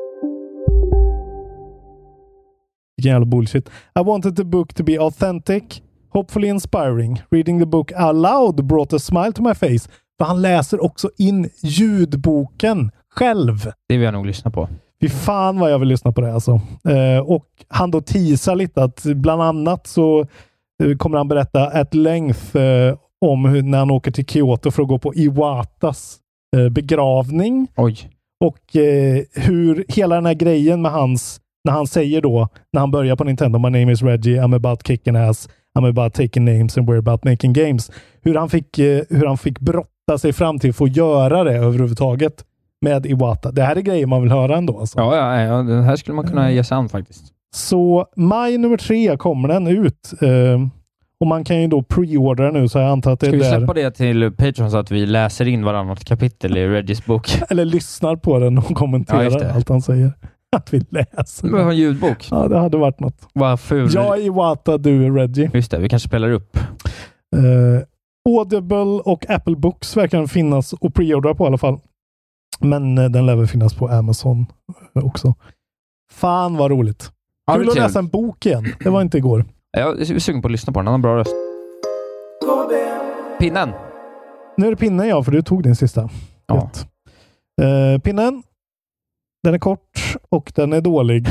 Vilken jävla bullshit. I wanted the book to be authentic, hopefully inspiring. Reading the book aloud brought a smile to my face. För han läser också in ljudboken själv. Det vill jag nog lyssna på. Fy fan vad jag vill lyssna på det alltså. Eh, och han då teasar lite att bland annat så eh, kommer han berätta at length eh, om hur, när han åker till Kyoto för att gå på Iwatas eh, begravning. Oj. Och eh, hur hela den här grejen med hans, när han säger då, när han börjar på Nintendo, my name is Reggie, I'm about kicking ass, I'm about taking names and we're about making games. Hur han fick, eh, hur han fick brotta sig fram till att få göra det överhuvudtaget med Iwata. Det här är grejer man vill höra ändå. Alltså. Ja, ja, ja, det här skulle man kunna ge sig an faktiskt. Så maj nummer tre kommer den ut. Eh, och man kan ju då preordra nu, så jag antar att det är där. Ska vi släppa där. det till Patreon så att vi läser in varannat kapitel i Reggies bok? Eller lyssnar på den och kommenterar ja, allt han säger. Att vi läser. Vi har en ljudbok. Ja, det hade varit något. Vad ful. Jag är Iwata, du är Reggie. Just det, vi kanske spelar upp. Eh, Audible och Apple Books verkar finnas och preordra på i alla fall. Men eh, den lär väl finnas på Amazon också. Fan vad roligt. Ja, kul att läsa en bok igen. Det var inte igår. Jag är sugen på att lyssna på den. Han har en bra röst. Pinnen. Nu är det pinnen, ja, för du tog din sista. Ja. Uh, pinnen. Den är kort och den är dålig.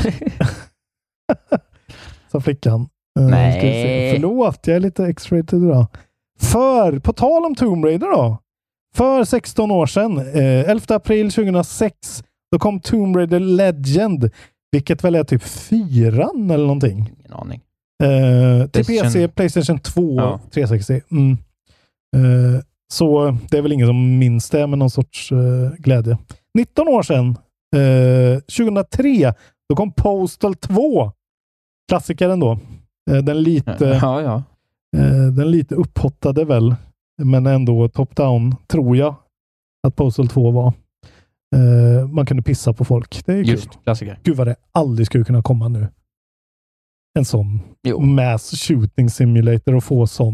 Sa flickan. Uh, Nej. Ska vi se. Förlåt, jag är lite X-rated idag. För, på tal om Tomb Raider då. För sexton år sedan, eh, elfte april tjugohundrasex, då kom Tomb Raider Legend, vilket väl är typ fyran eller någonting. Ingen aning. Eh, till P C, PlayStation två, ja. trehundrasextio. Mm. Eh, så det är väl ingen som minns det med någon sorts eh, glädje. nitton år sedan, eh, tjugohundratre, då kom Postal två. Klassikern då. Eh, den lite ja, ja. Eh, den lite upphottade väl, men ändå top-down, tror jag att Postal två var. Eh, man kunde pissa på folk. Det är Just, kul. klassiker. Gud vad det aldrig skulle kunna komma nu. En sån jo. mass shooting simulator och få sån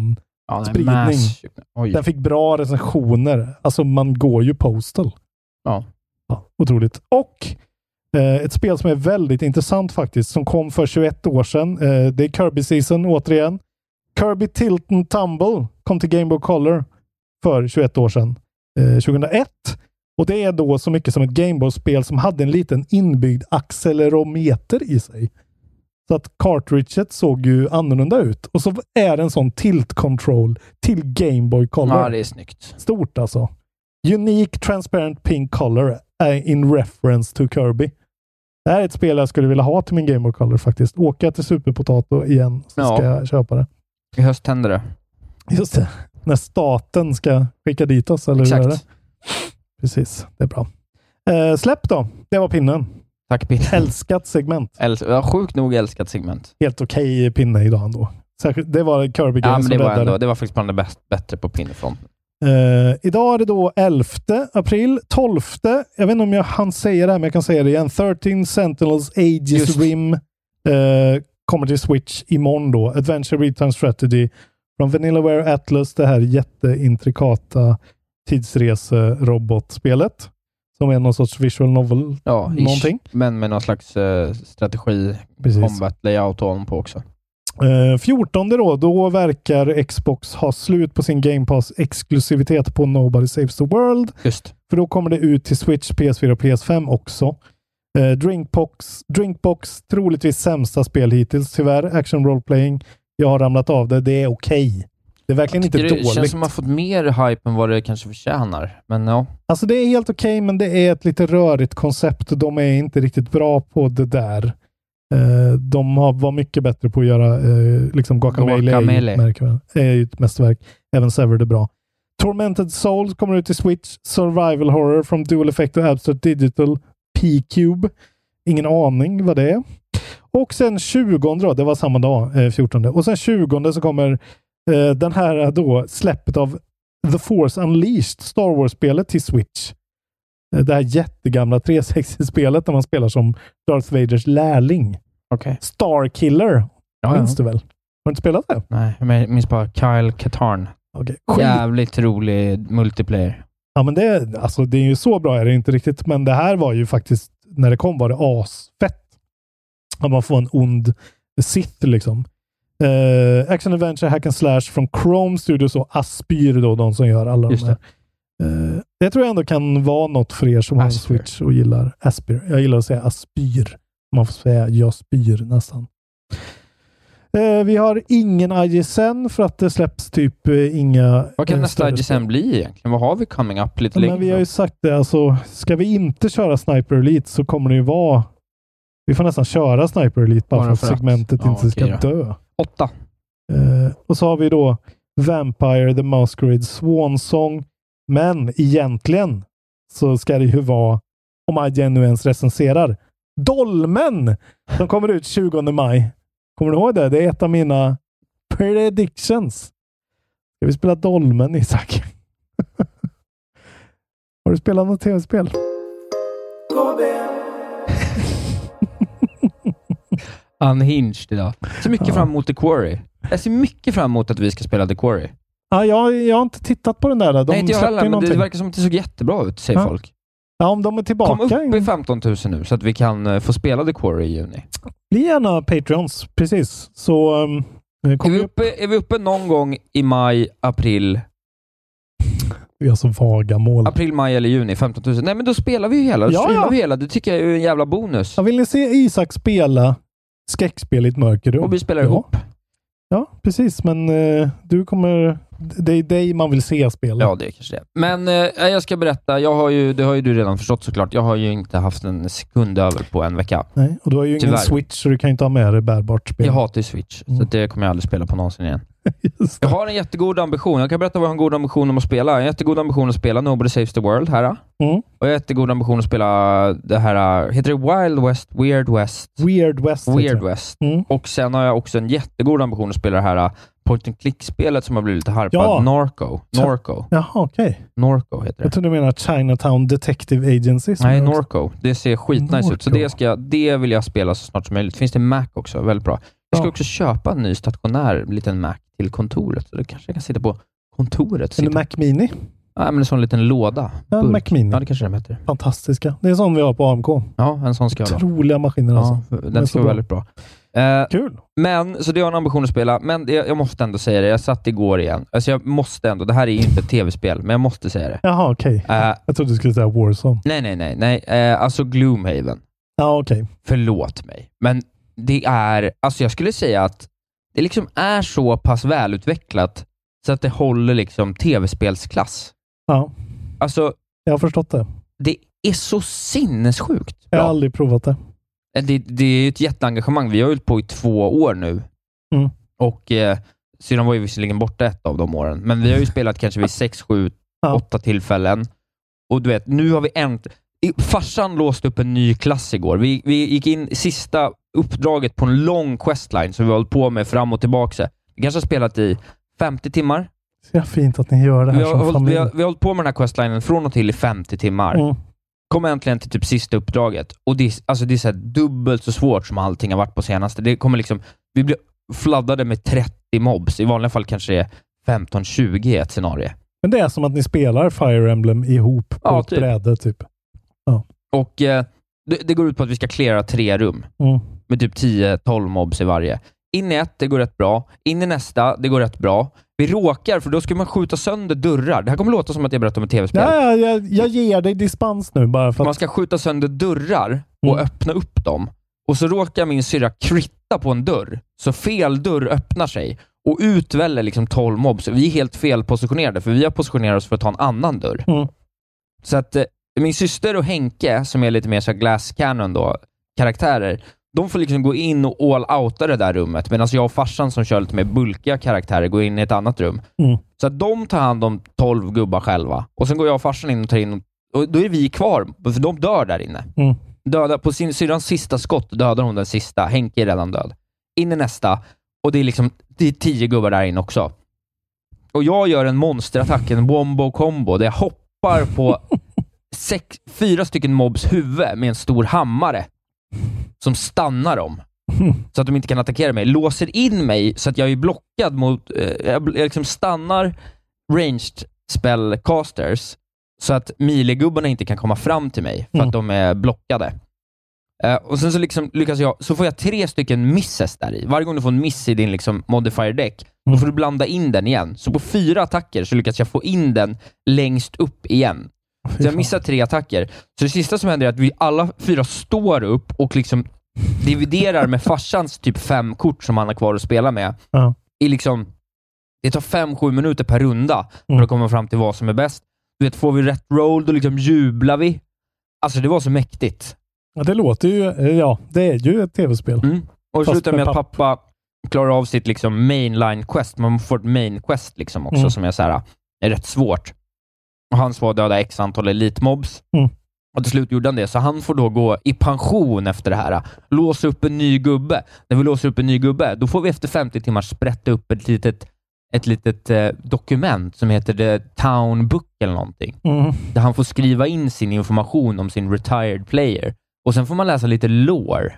Ja, spridning. Mass... Den fick bra recensioner. Alltså man går ju Postal. Ja. ja otroligt. Och eh, ett spel som är väldigt intressant faktiskt, som kom för tjugoett år sedan. Eh, det är Kirby Season återigen. Kirby Tilt and Tumble kom till Game Boy Color för tjugoett år sedan. Eh, tjugohundraett. Och det är då så mycket som ett Game Boy-spel som hade en liten inbyggd accelerometer i sig. Så att cartridget såg ju annorlunda ut. Och så är det en sån tilt control till Game Boy Color. Ja, det är snyggt. Stort alltså. Unique transparent pink color in reference to Kirby. Det här är ett spel jag skulle vilja ha till min Game Boy Color faktiskt. Åka till Superpotato igen så ja. ska jag köpa det. I höst händer det. Just det. När staten ska skicka dit oss. Eller Exakt. Hur är det? Precis, det är bra. Eh, släpp då. Det var pinnen. Tack pinnen. Älskat segment. Äls- ja, sjukt nog älskat segment. Helt okej okay pinne idag ändå. Särskilt, det var Kirby ja, Games men det som var räddade. ändå, det var faktiskt bland det bäst, bättre på pinnefronten. Uh, idag är det då elfte april. tolfte Jag vet inte om jag hann säga det här, men jag kan säga det igen. tretton Sentinels Aegis Just. Rim uh, kommer till Switch imorgon då. Adventure Return Strategy från Vanillaware Atlas. Det här jätteintrikata tidsreserobot-spelet. Som är någon sorts visual novel. Ja, någonting. Ish, men med någon slags uh, strategi, Precis. combat, layout och på också. Uh, fjortonde då, då verkar Xbox ha slut på sin Game Pass exklusivitet på Nobody Saves the World. Just. För då kommer det ut till Switch, P S fyra och P S fem också. Uh, Drinkbox, Drinkbox, troligtvis sämsta spel hittills. Tyvärr, action role-playing. Jag har ramlat av det. Det är okej. Okay. Det är verkligen inte det dåligt. Det känns som att man har fått mer hype än vad det kanske förtjänar. Men ja. Alltså det är helt okej, okay, men det är ett lite rörigt koncept och de är inte riktigt bra på det där. Uh, de har, var mycket bättre på att göra uh, liksom Guacamelee. Guacamelee. är ju ett mästerverk. Även Severed är bra. Tormented Souls kommer ut i Switch. Survival Horror from Dual Effect och Abstract Digital. P-Cube. Ingen aning vad det är. Och sen tjugonde då, det var samma dag, eh, fjortonde Och sen tjugonde så kommer eh, den här då släppet av The Force Unleashed, Star Wars-spelet till Switch. Eh, det här jättegamla trehundrasextio-spelet där man spelar som Darth Vaders lärling. Okay. Starkiller. Ja, minns ja. du väl? Har du inte spelat det? Nej, jag minns bara Kyle Katarn. Okay. Jävligt rolig multiplayer. Ja, men det, alltså, det är ju så bra är det inte riktigt. Men det här var ju faktiskt, när det kom var det asfett. Att man får en ond Sith liksom. Uh, Action Adventure Hack and Slash från Chrome Studios och Aspyr då, de som gör alla Just de här. Uh, det tror jag ändå kan vara något för er som Aspyr. har Switch och gillar Aspyr. Jag gillar att säga Aspyr. Man får säga jag spyr nästan. Uh, vi har ingen I G S N för att det släpps typ uh, inga... Vad kan uh, nästa I G S N bli egentligen? Vad har vi coming up lite ja, längre? Men vi har ju sagt det, alltså ska vi inte köra Sniper Elite så kommer det ju vara... Vi får nästan köra Sniper Elite bara, bara för att, för att segmentet ja, inte ska då. dö. Åtta. Uh, och så har vi då Vampire the Masquerade Swan Song. Men egentligen så ska det ju vara, om I G N nu ens recenserar, Dolmen som kommer ut tjugonde maj. Kommer du ihåg det? Det är ett av mina predictions. Ska vi spela Dolmen, Isak? Har du spelat något tv-spel? Unhinged idag. Så mycket ja. fram emot The Quarry. Jag ser mycket fram emot att vi ska spela The Quarry. Ja, jag, jag har inte tittat på den där. De Nej, inte jag heller, men det verkar som att det såg jättebra ut, säger ja. folk. Ja, om de är tillbaka. Kom upp i femton tusen nu så att vi kan uh, få spela The Quarry i juni. Bli gärna Patreons, precis. Så um, är, vi uppe, är vi uppe någon gång i maj, april? Vi har så vaga mål. April, maj eller juni, femton tusen. Nej, men då spelar vi ju hela. Då ja, ja. vi hela. Det tycker jag är en jävla bonus. Ja, vill ni se Isak spela skräckspel i ett mörkerrum? Och vi spelar ja. ihop. Ja, precis. Men uh, du kommer... Det är dig man vill se spela. Ja, det är kanske det. Men uh, jag ska berätta. Jag har ju, det har ju du redan förstått såklart. Jag har ju inte haft en sekund över på en vecka. Nej, och du har ju Tyvärr. ingen Switch så du kan inte ha med dig bärbart spel. Jag hatar ju Switch. Mm. Så det kommer jag aldrig spela på någonsin igen. Jag har en jättegod ambition. Jag kan berätta vad jag har en god ambition om att spela. Jag har en jättegod ambition att spela Nobody Saves the World här. Mm. Och jag har en jättegod ambition att spela det här, heter det Wild West, Weird West? Weird West. Weird West. Mm. Och sen har jag också en jättegod ambition att spela det här point and click-spelet som har blivit lite harpad. Ja. Norco. Norco. Jaha, okej. Okay. Norco heter det. Jag tror du menar Chinatown Detective Agency. Nej, Norco. Det ser skitnice ut. Så det, ska jag, det vill jag spela så snart som möjligt. Finns det Mac också? Väldigt bra. Jag ska ja. också köpa en ny stationär liten Mac till kontoret. Så det kanske jag kan sitta på kontoret. En Mac Mini? Ja, men en sån liten låda. Ja, en Mac Mini. Ja, det kanske det heter. Fantastiska. Det är sån vi har på A M K. Ja, en sån ska jag ha. Otroliga maskiner ja, alltså. Den ska vara väldigt bra. Eh, Kul. Men, så det har en ambition att spela. Men det, jag måste ändå säga det. Jag satt igår igen. Alltså jag måste ändå. Det här är inte ett tv-spel, men jag måste säga det. Jaha, okej. Okay. Uh, jag trodde du skulle säga Warzone. Nej, nej, nej. nej. Uh, alltså Gloomhaven. Ja, okej. Okay. Förlåt mig. Men det är... Alltså jag skulle säga att det liksom är så pass välutvecklat så att det håller liksom tv-spelsklass. Ja. Alltså... Jag har förstått det. Det är så sinnessjukt. Jag har aldrig provat det. Det, det är ett jätteengagemang. Vi har hållit på i två år nu. Mm. Och eh, Syran var ju visserligen borta ett av de åren. Men vi har ju spelat kanske vid sex, sju, ja. åtta tillfällen. Och du vet, nu har vi änt... Farsan låste upp en ny klass igår. Vi, vi gick in sista uppdraget på en lång questline som vi har hållit på med fram och tillbaka. Vi kanske har spelat i femtio timmar. Så fint att ni gör det här vi har, som hållit, familj. vi, har, vi har hållit på med den här questlinen från och till i femtio timmar. Mm. Kom äntligen till typ sista uppdraget. Och det är, alltså det är så här dubbelt så svårt som allting har varit på senaste. Det kommer liksom, vi blir fladdade med trettio mobs. I vanliga fall kanske det är femton tjugo i ett scenario. Men det är som att ni spelar Fire Emblem ihop på ja, ett typ. bräde typ. Ja. Och eh, det, det går ut på att vi ska cleara tre rum. Mm. Med typ tio tolv mobs i varje. In i ett, det går rätt bra. In i nästa, det går rätt bra. Vi råkar, för då ska man skjuta sönder dörrar. Det här kommer låta som att jag berättar om ett tv-spel. Ja, jag, jag ger dig dispens nu bara för att... Man ska skjuta sönder dörrar och mm. öppna upp dem. Och så råkar min syrra kritta på en dörr. Så fel dörr öppnar sig. Och utväller liksom tolv mobs. Vi är helt fel positionerade, för vi har positionerat oss för att ta en annan dörr. Mm. Så att eh, min syster och Henke, som är lite mer så glass cannon då, karaktärer, de får liksom gå in och all-outa det där rummet. Medan jag och farsan som kör lite mer bulkiga karaktärer går in i ett annat rum. Mm. Så att de tar hand om tolv gubbar själva. Och sen går jag och farsan in och tar in... Och då är vi kvar, för de dör där inne. Mm. Döda, på sin syrrans sista skott dödar hon den sista. Henke är redan död. In i nästa. Och det är liksom det är tio gubbar där inne också. Och jag gör en monsterattack, en wombo-combo, där jag hoppar på sex, fyra stycken mobs huvud med en stor hammare. Som stannar dem. Så att de inte kan attackera mig. Låser in mig så att jag är blockad mot... Eh, jag liksom stannar ranged spellcasters så att milegubbarna inte kan komma fram till mig för mm. att de är blockade. Eh, och sen så liksom lyckas jag... Så får jag tre stycken misses där i. Varje gång du får en miss i din liksom modifier deck, mm. då får du blanda in den igen. Så på fyra attacker så lyckas jag få in den längst upp igen. Så jag missar tre attacker. Så det sista som händer är att vi alla fyra står upp och liksom dividerar med farsans typ fem kort som han har kvar att spela med. Ja. I liksom, det tar fem sju minuter per runda för Mm. att komma fram till vad som är bäst. Du vet, får vi rätt roll, då liksom jublar vi. Alltså det var så mäktigt. Ja, det låter ju... Ja, det är ju ett tv-spel. Mm. Och det Fast slutar med med att papp. pappa klarar av sitt liksom mainline quest. Man får ett main quest liksom också Mm. som är så här, är rätt svårt. Och han var döda x antal elitmobs. Mm. Och till slut gjorde han det. Så han får då gå i pension efter det här. Låsa upp en ny gubbe. När vi låser upp en ny gubbe, då får vi efter femtio timmar sprätta upp ett litet, ett litet eh, dokument som heter The Town Book eller någonting. Mm. Där han får skriva in sin information om sin retired player. Och sen får man läsa lite lore.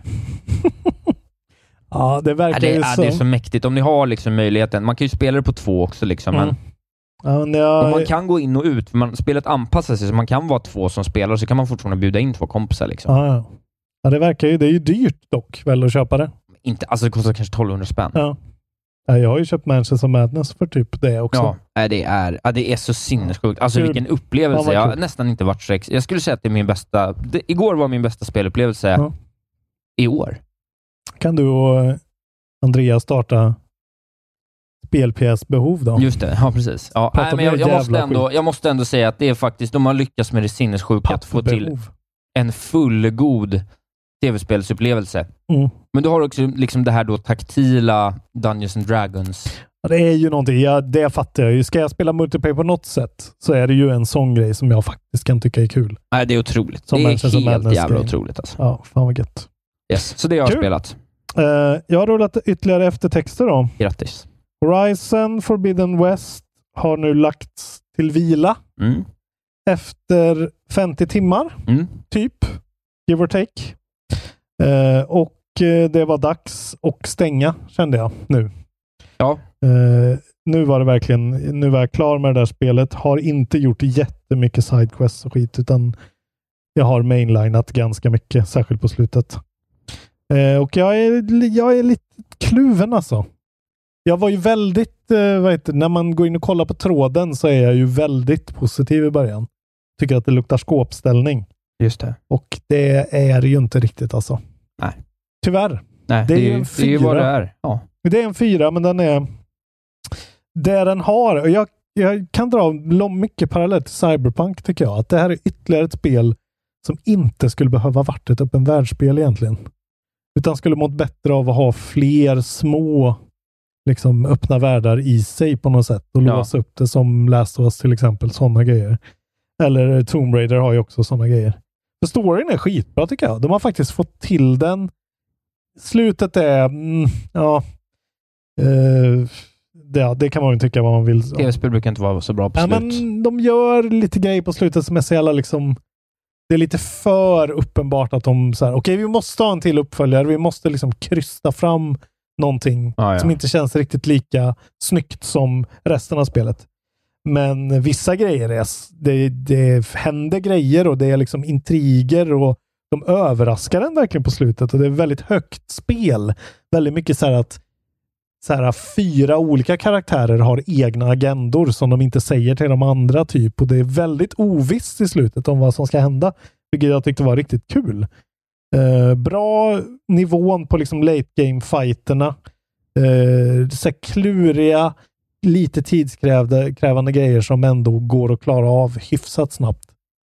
Ja, det verkar Ja, det, ju ja, så. det är så mäktigt. Om ni har liksom möjligheten. Man kan ju spela det på två också liksom. Mm. Men Ja, men jag... och man kan gå in och ut. Man, spelet anpassar sig så man kan vara två som spelar och så kan man fortfarande bjuda in två kompisar liksom. Ja, ja. Ja, det verkar ju... Det är ju dyrt dock väl att köpa det. Inte, alltså det kostar kanske tolvhundra spänn. Ja. Ja, jag har ju köpt Manchester Madness för typ det också. Ja, nej, det är, ja, det är så sinnessjukt. Alltså Kul. vilken upplevelse. Ja, Jag har kul. nästan inte varit så ex- Jag skulle säga att det är min bästa... Det, igår var min bästa spelupplevelse Ja. i år. Kan du och eh, Andreas starta spelpjäsbehov då? Just det, ja precis. Ja, Prata nej, men om jag, det jag, jävla måste ändå, skit. jag måste ändå säga att det är faktiskt, de har lyckats med det sinnessjuka att få till Pappbehov. en fullgod tv-spelsupplevelse. Mm. Men du har också liksom det här då taktila Dungeons and Dragons. Ja, det är ju någonting. Ja, det fattar jag ju. Ska jag spela multiplayer på något sätt så är det ju en sån grej som jag faktiskt kan tycka är kul. Nej, det är otroligt. Som det är Manchester helt Madness jävla grej. otroligt alltså. Ja, fan vad gött. Yes. Så det har jag Kul. spelat. Uh, jag har rullat ytterligare eftertexter då. Grattis. Horizon Forbidden West har nu lagts till vila Mm. efter femtio timmar, Mm. typ. Give or take. Uh, och uh, det var dags att stänga, kände jag nu. Ja. Uh, nu var det verkligen, nu var jag klar med det där spelet. Har inte gjort jättemycket sidequests och skit, utan jag har mainlinat ganska mycket, särskilt på slutet. Uh, och jag är, jag är lite kluven alltså. Jag var ju väldigt, uh, vad heter det, när man går in och kollar på tråden så är jag ju väldigt positiv i början. Tycker att det luktar skåpställning. Just det. Och det är ju inte riktigt alltså. Nej. Tyvärr. Nej, det är, det är ju ju en fyra. Det är ju vad det är. Ja. Det är en fyra, men den är det den har. Och jag, jag kan dra mycket parallellt till Cyberpunk, tycker jag. Att det här är ytterligare ett spel som inte skulle behöva varit ett öppen världsspel egentligen. Utan skulle mått bättre av att ha fler små liksom öppna världar i sig på något sätt. Och låsa Ja. upp det som Last of Us till exempel. Sådana grejer. Eller Tomb Raider har ju också sådana grejer. Så storyn är skitbra, tycker jag. De har faktiskt fått till den. Slutet är mm, ja uh, det, det kan man ju tycka vad man vill. Tv-spel brukar inte vara så bra på ja, slut. Men de gör lite grejer på slutet som är så jävla liksom, det är lite för uppenbart att de så här, okej, okay, vi måste ha en till uppföljare. Vi måste liksom krysta fram någonting ah, ja. som inte känns riktigt lika snyggt som resten av spelet. Men vissa grejer är, det, det händer grejer och det är liksom intriger och de överraskar en verkligen på slutet och det är väldigt högt spel. Väldigt mycket så här att så här, fyra olika karaktärer har egna agendor som de inte säger till de andra typ, och det är väldigt ovisst i slutet om vad som ska hända, vilket jag tyckte var riktigt kul. Eh, bra nivån på liksom late game fighterna. Eh, så här kluriga, lite tidskrävande krävande grejer som ändå går att klara av hyfsat snabbt.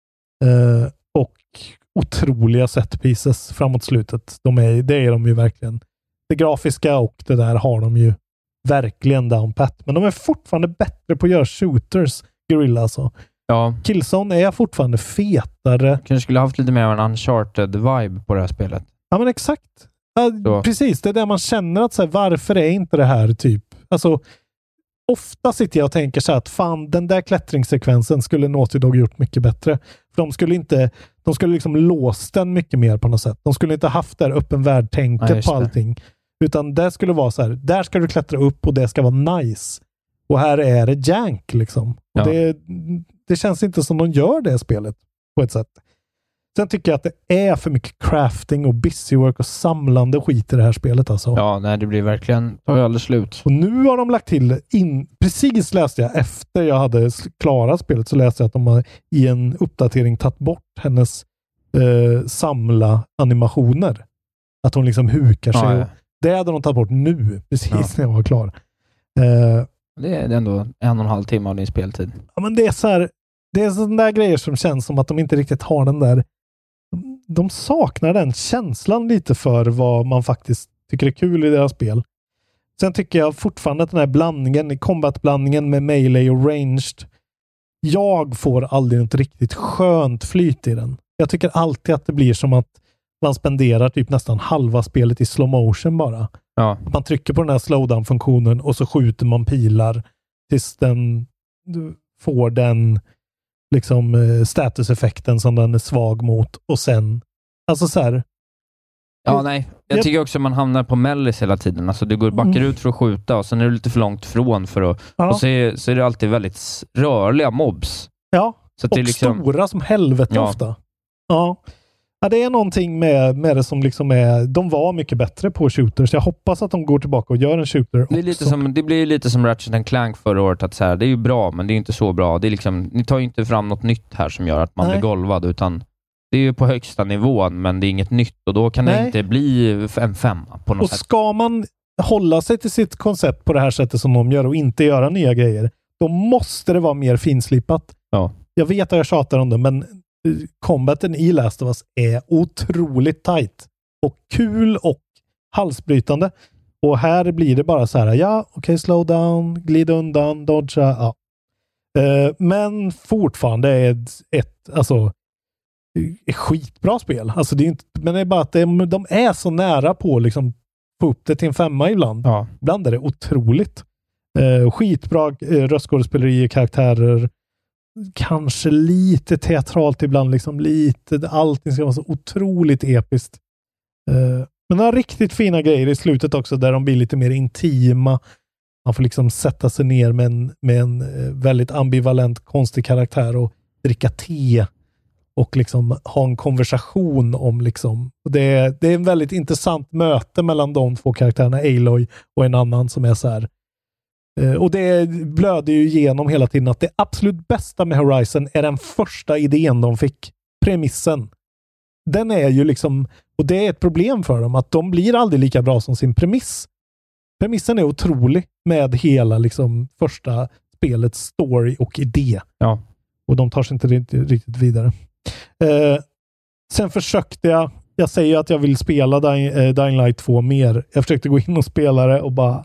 Eh, och otroliga set pieces framåt slutet. De är, det är de ju verkligen. Det grafiska och det där har de ju verkligen down pat. Men de är fortfarande bättre på att göra shooters, Guerrilla alltså. Ja. Killzone är fortfarande fetare. Kanske skulle haft lite mer av en Uncharted-vibe på det här spelet. Ja, men exakt. Ja, precis, det är där man känner att så här, varför är inte det här typ... Alltså, ofta sitter jag och tänker så här att fan, den där klättringssekvensen skulle Naughty Dog gjort mycket bättre. För de skulle inte... De skulle liksom låst den mycket mer på något sätt. De skulle inte haft det här öppen värld-tänket ja, på allting. Utan det skulle vara så här, där ska du klättra upp och det ska vara nice. Och här är det jank liksom. Ja. Och det, det känns inte som de gör det spelet på ett sätt. Sen tycker jag att det är för mycket crafting och busywork och samlande skit i det här spelet alltså. Ja, nej, det blir verkligen, tar ju aldrig slut. Och nu har de lagt till, in, precis läste jag efter jag hade klarat spelet, så läste jag att de har i en uppdatering tagit bort hennes eh, samla animationer. Att hon liksom hukar sig. Ja, ja. Och det hade de tagit bort nu, precis ja. när jag var klar. Eh, det är ändå en och en halv timme av din speltid. Ja, men det är så här, det är sådana där grejer som känns som att de inte riktigt har den där, de, de saknar den känslan lite för vad man faktiskt tycker är kul i deras spel. Sen tycker jag fortfarande att den här blandningen, combat-blandningen med melee och ranged, jag får aldrig ett riktigt skönt flyt i den. Jag tycker alltid att det blir som att man spenderar typ nästan halva spelet i slow motion bara. Ja. Man trycker på den här slowdown-funktionen och så skjuter man pilar tills den får den liksom statuseffekten som den är svag mot, och sen alltså så här. Ja, nej. Jag, jag tycker också att man hamnar på mellis hela tiden. Alltså du går backar mm. ut för att skjuta och sen är du lite för långt från för att... Ja. Och så är, så är det alltid väldigt rörliga mobs. Ja, så att och det är liksom... stora som helvete ja. ofta. Ja. Ja, det är någonting med, med det som liksom är... De var mycket bättre på shooters. Jag hoppas att de går tillbaka och gör en shooter det är lite som, det blir lite som Ratchet and Clank förra året. Att så här, det är ju bra, men det är inte så bra. Det är liksom, ni tar ju inte fram något nytt här som gör att man Nej. blir golvad, utan det är ju på högsta nivån, men det är inget nytt. Och då kan Nej. det inte bli en femma på något och sätt. Och ska man hålla sig till sitt koncept på det här sättet som de gör och inte göra nya grejer, då måste det vara mer finslipat. Ja. Jag vet att jag tjatar om det, men combaten i Last of Us är otroligt tight och kul och halsbrytande. Och här blir det bara så här, ja, okej, okay, slow down, glid undan, dodga, ja. Uh, men fortfarande är ett, ett alltså ett skitbra spel. Alltså det är inte, men det är bara att det, de är så nära på liksom få upp det till en femma ibland. Ja. Ibland är det otroligt. Uh, skitbra uh, röstskådespeleri, karaktärer, kanske lite teatralt ibland, liksom lite, allting ska vara så otroligt episkt. Uh, men några riktigt fina grejer i slutet också, där de blir lite mer intima. Man får liksom sätta sig ner med en, med en väldigt ambivalent, konstig karaktär och dricka te och liksom ha en konversation om liksom, och det, är, det är en väldigt intressant möte mellan de två karaktärerna, Aloy och en annan som är så här. Och det blöder ju igenom hela tiden att det absolut bästa med Horizon är den första idén de fick. Premissen. Den är ju liksom, och det är ett problem för dem, att de blir aldrig lika bra som sin premiss. Premissen är otrolig med hela liksom första spelets story och idé. Ja. Och de tar sig inte riktigt, riktigt vidare. Eh, sen försökte jag, jag säger att jag vill spela Dying, eh, Dying Light två mer. Jag försökte gå in och spela det och bara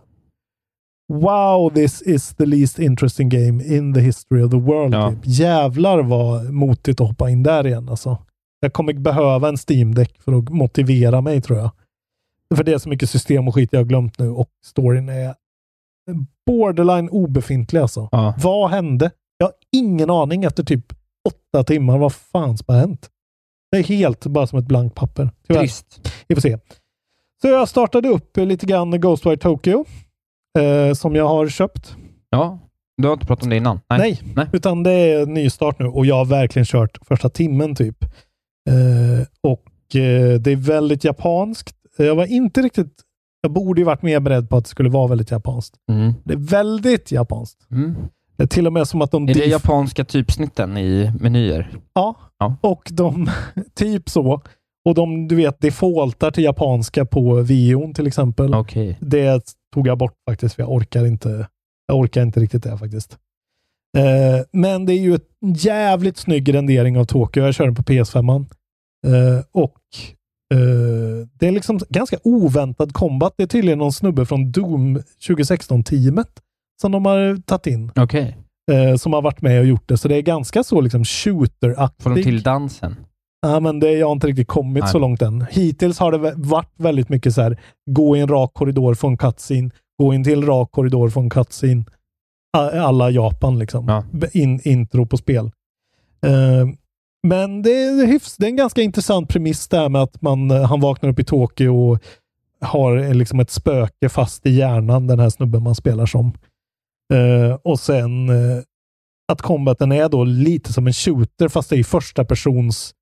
wow, this is the least interesting game in the history of the world. Ja. Typ. Jävlar vad motigt att hoppa in där igen. Alltså. Jag kommer behöva en Steam Deck för att motivera mig, tror jag. För det är så mycket system och skit jag har glömt nu, och storyn är borderline obefintlig alltså. Ja. Vad hände? Jag har ingen aning efter typ åtta timmar. Vad fan som har hänt? Det är helt bara som ett blankt papper. Tyvärr. Trist. Vi får se. Så jag startade upp lite grann Ghostwire Tokyo. Eh, som jag har köpt. Ja, du har inte pratat om det innan. Nej, Nej, Nej. utan det är ny start nu. Och jag har verkligen kört första timmen typ. Eh, och eh, det är väldigt japanskt. Jag var inte riktigt... Jag borde ju varit mer beredd på att det skulle vara väldigt japanskt. Mm. Det är väldigt japanskt. Mm. Det är till och med som att de... Är det dif- japanska typsnitten i menyer? Ja, ja. Och de... typ så. Och de, du vet, defaultar till japanska på videon till exempel. Okay. Det tog jag bort faktiskt, för jag orkar inte jag orkar inte riktigt det faktiskt. Eh, men det är ju ett jävligt snygg rendering av Tokyo. Jag kör den på P S fem. Eh, och eh, det är liksom ganska oväntad combat. Det är tydligen någon snubbe från Doom tjugo sexton-teamet som de har tagit in. Okay. Eh, som har varit med och gjort det. Så det är ganska så liksom shooter-aktigt. Får de till dansen? Ja, men det, jag har inte riktigt kommit Nej. så långt än. Hittills har det varit väldigt mycket så här, gå i en rak korridor från cutscene, gå in till en rak korridor från cutscene. Alla Japan liksom. Ja. In, intro på spel. Uh, men det är, hyfs, det är en ganska intressant premiss där med att man, han vaknar upp i Tokyo och har liksom ett spöke fast i hjärnan, den här snubben man spelar som. Uh, och sen uh, att combaten är då lite som en shooter, fast det är i första persons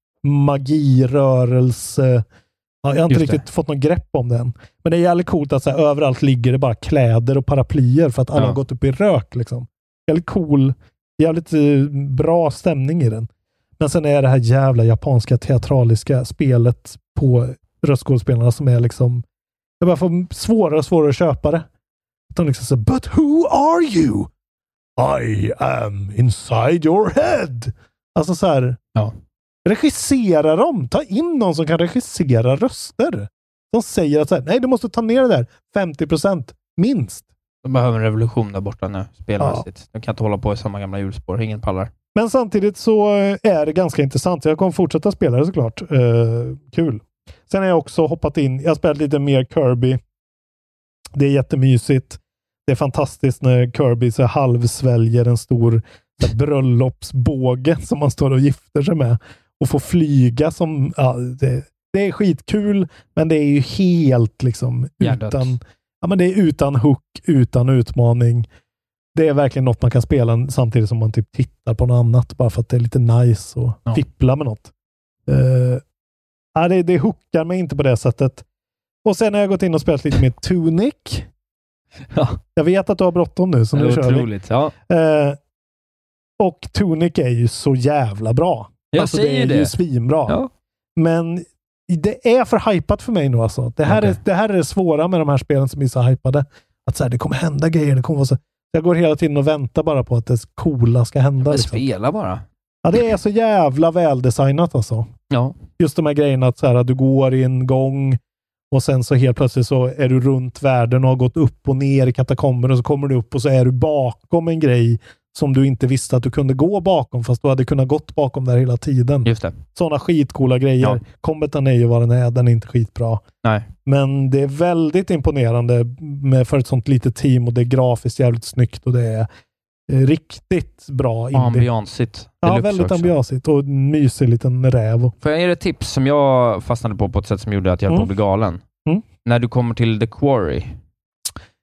magirörelse. Ja, jag har inte Just riktigt det. fått något grepp om den. Men det är jävligt coolt att så här, överallt ligger det bara kläder och paraplyer för att alla Ja. har gått upp i rök. Liksom. Jävligt cool. Jävligt uh, bra stämning i den. Men sen är det här jävla japanska teatraliska spelet på röstskådespelarna som är liksom, jag bara får svårare och svårare att köpa det. De liksom så, but who are you? I am inside your head. Alltså så här, ja. regissera dem. Ta in någon som kan regissera röster. De säger att så här, nej, du måste ta ner det där femtio procent minst. De behöver en revolution där borta nu, spelmässigt. Ja. De kan inte hålla på i samma gamla hjulspår. Ingen pallar. Men samtidigt så är det ganska intressant. Jag kommer fortsätta spela det såklart. Uh, kul. Sen har jag också hoppat in. Jag har spelat lite mer Kirby. Det är jättemysigt. Det är fantastiskt när Kirby så halvsväljer en stor så här, bröllopsbåge som man står och gifter sig med. Och får flyga som... Ja, det, det är skitkul, men det är ju helt liksom Hjärtat. utan... Ja, men det är utan hook, utan utmaning. Det är verkligen något man kan spela samtidigt som man typ tittar på något annat, bara för att det är lite nice och ja. fippla med något. Uh, ja, det, det hookar mig inte på det sättet. Och sen har jag gått in och spelat lite med Tunic. Ja. Jag vet att du har bråttom nu, så det nu är kör otroligt, vi. Ja. Uh, och Tunic är ju så jävla bra. Jag alltså, säger det är det. ju svinbra. Ja. Men det är för hypat för mig nu alltså. Det här, okay. är, det här är det svåra med de här spelen som är så hypade. Att så här, det kommer hända grejer. Det kommer vara så... Jag går hela tiden och väntar bara på att det coola ska hända. Men liksom. spela bara. Ja, det är så jävla väldesignat alltså. Ja. Just de här grejerna att så här, du går i en gång och sen så helt plötsligt så är du runt världen och har gått upp och ner i katakomber och så kommer du upp och så är du bakom en grej som du inte visste att du kunde gå bakom, fast du hade kunnat gått bakom där hela tiden. Just det. Sådana skitcoola grejer. Ja. Combaten är ju vad den är, den är inte skitbra. Nej. Men det är väldigt imponerande med för ett sånt litet team och det är grafiskt jävligt snyggt och det är eh, riktigt bra indie. Ambiansigt. Ja, väldigt ambiansigt och en mysig liten räv. Får jag ge dig ett tips som jag fastnade på på ett sätt som gjorde att jag höll på att bli galen? Mm. När du kommer till The Quarry.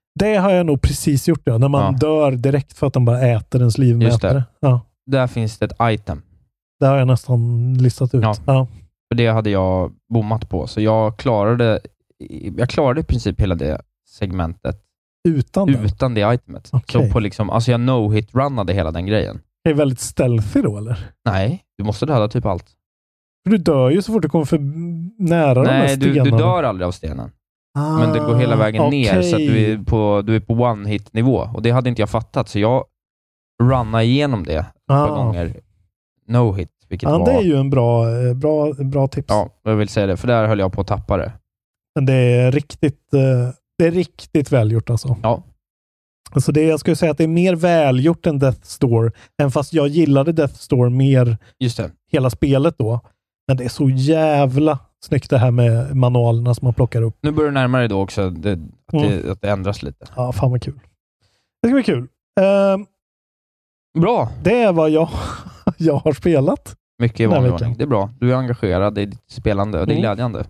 Det har jag nog precis gjort, ja. När man ja. dör direkt för att de bara äter ens livmätare. Ja. Där finns det ett item. Det har jag nästan listat ut. Ja. Ja. För det hade jag bommat på. Så jag klarade jag klarade i princip hela det segmentet utan det, utan det itemet. Okay. Så på liksom, alltså jag no-hit-runnade hela den grejen. Det är väldigt stealthy då, eller? Nej, du måste döda typ allt. För du dör ju så fort du kommer för nära. Nej, du, du dör aldrig av stenen. Ah, men den går hela vägen okay. ner så att du är på, du är på one-hit-nivå. Och det hade inte jag fattat. Så jag runnade igenom det ah. ett par gånger. No-hit. Vilket ja, var... det är ju en bra, bra, bra tips. Ja, jag vill säga det. För där höll jag på att tappa det. Men det är riktigt, det är riktigt välgjort alltså. Ja. Alltså det, jag skulle säga att det är mer välgjort än Death's Door. Än fast jag gillade Death's Door mer Just det. hela spelet då. Men det är så jävla snyggt det här med manualerna som man plockar upp. Nu börjar du närmare då också det, att, mm. det, att det ändras lite. Ja, fan vad kul. Det ska bli kul. Uh, bra. Det är vad jag, jag har spelat. Mycket i vanlig ordning. Det är bra. Du är engagerad i ditt spelande och det är mm. glädjande.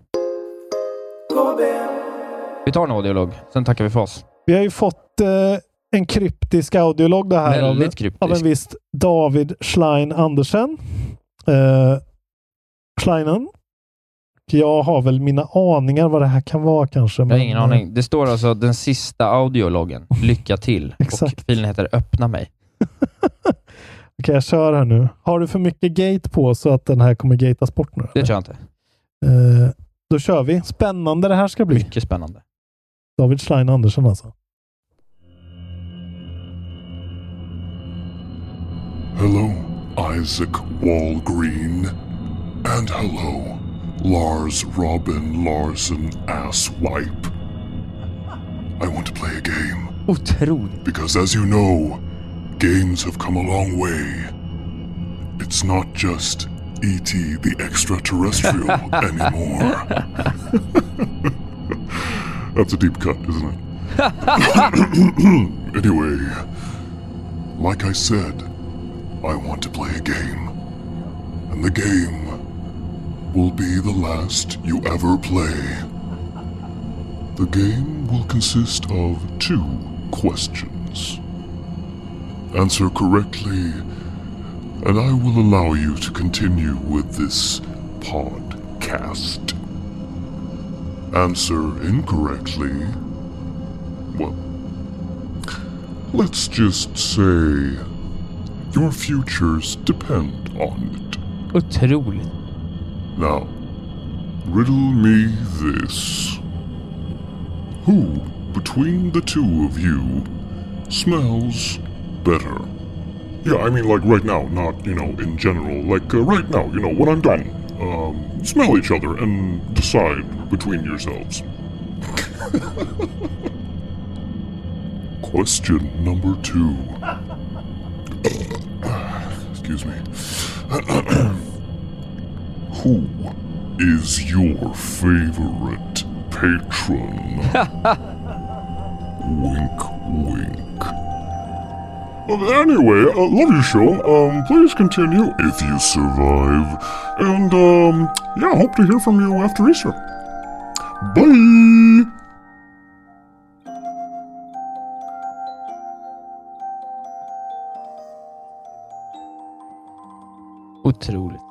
Vi tar en audiolog, sen tackar vi för oss. Vi har ju fått eh, en kryptisk audiolog det här av, av en viss David Schlein Andersen. Eh, Schleinen. Jag har väl mina aningar vad det här kan vara kanske. Jag har men, ingen aning. Det står alltså den sista audiologen. Lycka till. Exakt. Och filen heter Öppna mig. Okej, jag kör här nu. Har du för mycket gate på så att den här kommer gatas bort nu? Det tror jag inte. Eh, då kör vi. Spännande det här ska bli. Mycket spännande. David Schlein Andersen alltså. Hello, Isaac Walgreen. And hello, Lars Robin Larsen asswipe. I want to play a game. Otroligt. Because as you know, games have come a long way. It's not just E T the extraterrestrial anymore. That's a deep cut, isn't it? Anyway, like I said, I want to play a game. And the game will be the last you ever play. The game will consist of two questions. Answer correctly, and I will allow you to continue with this podcast. Answer incorrectly, well, let's just say your futures depend on it. Otroligt. Now, riddle me this. Who, between the two of you, smells better? Yeah, I mean like right now, not, you know, in general. Like uh, right now, you know, when I'm done. Um, smell each other and decide between yourselves. Question number two. Excuse me. Who is your favorite patron? Wink, wink. Well, anyway, uh, love your show. Um, please continue if you survive. And, um, yeah, hope to hear from you after Easter. Bye! Otroligt.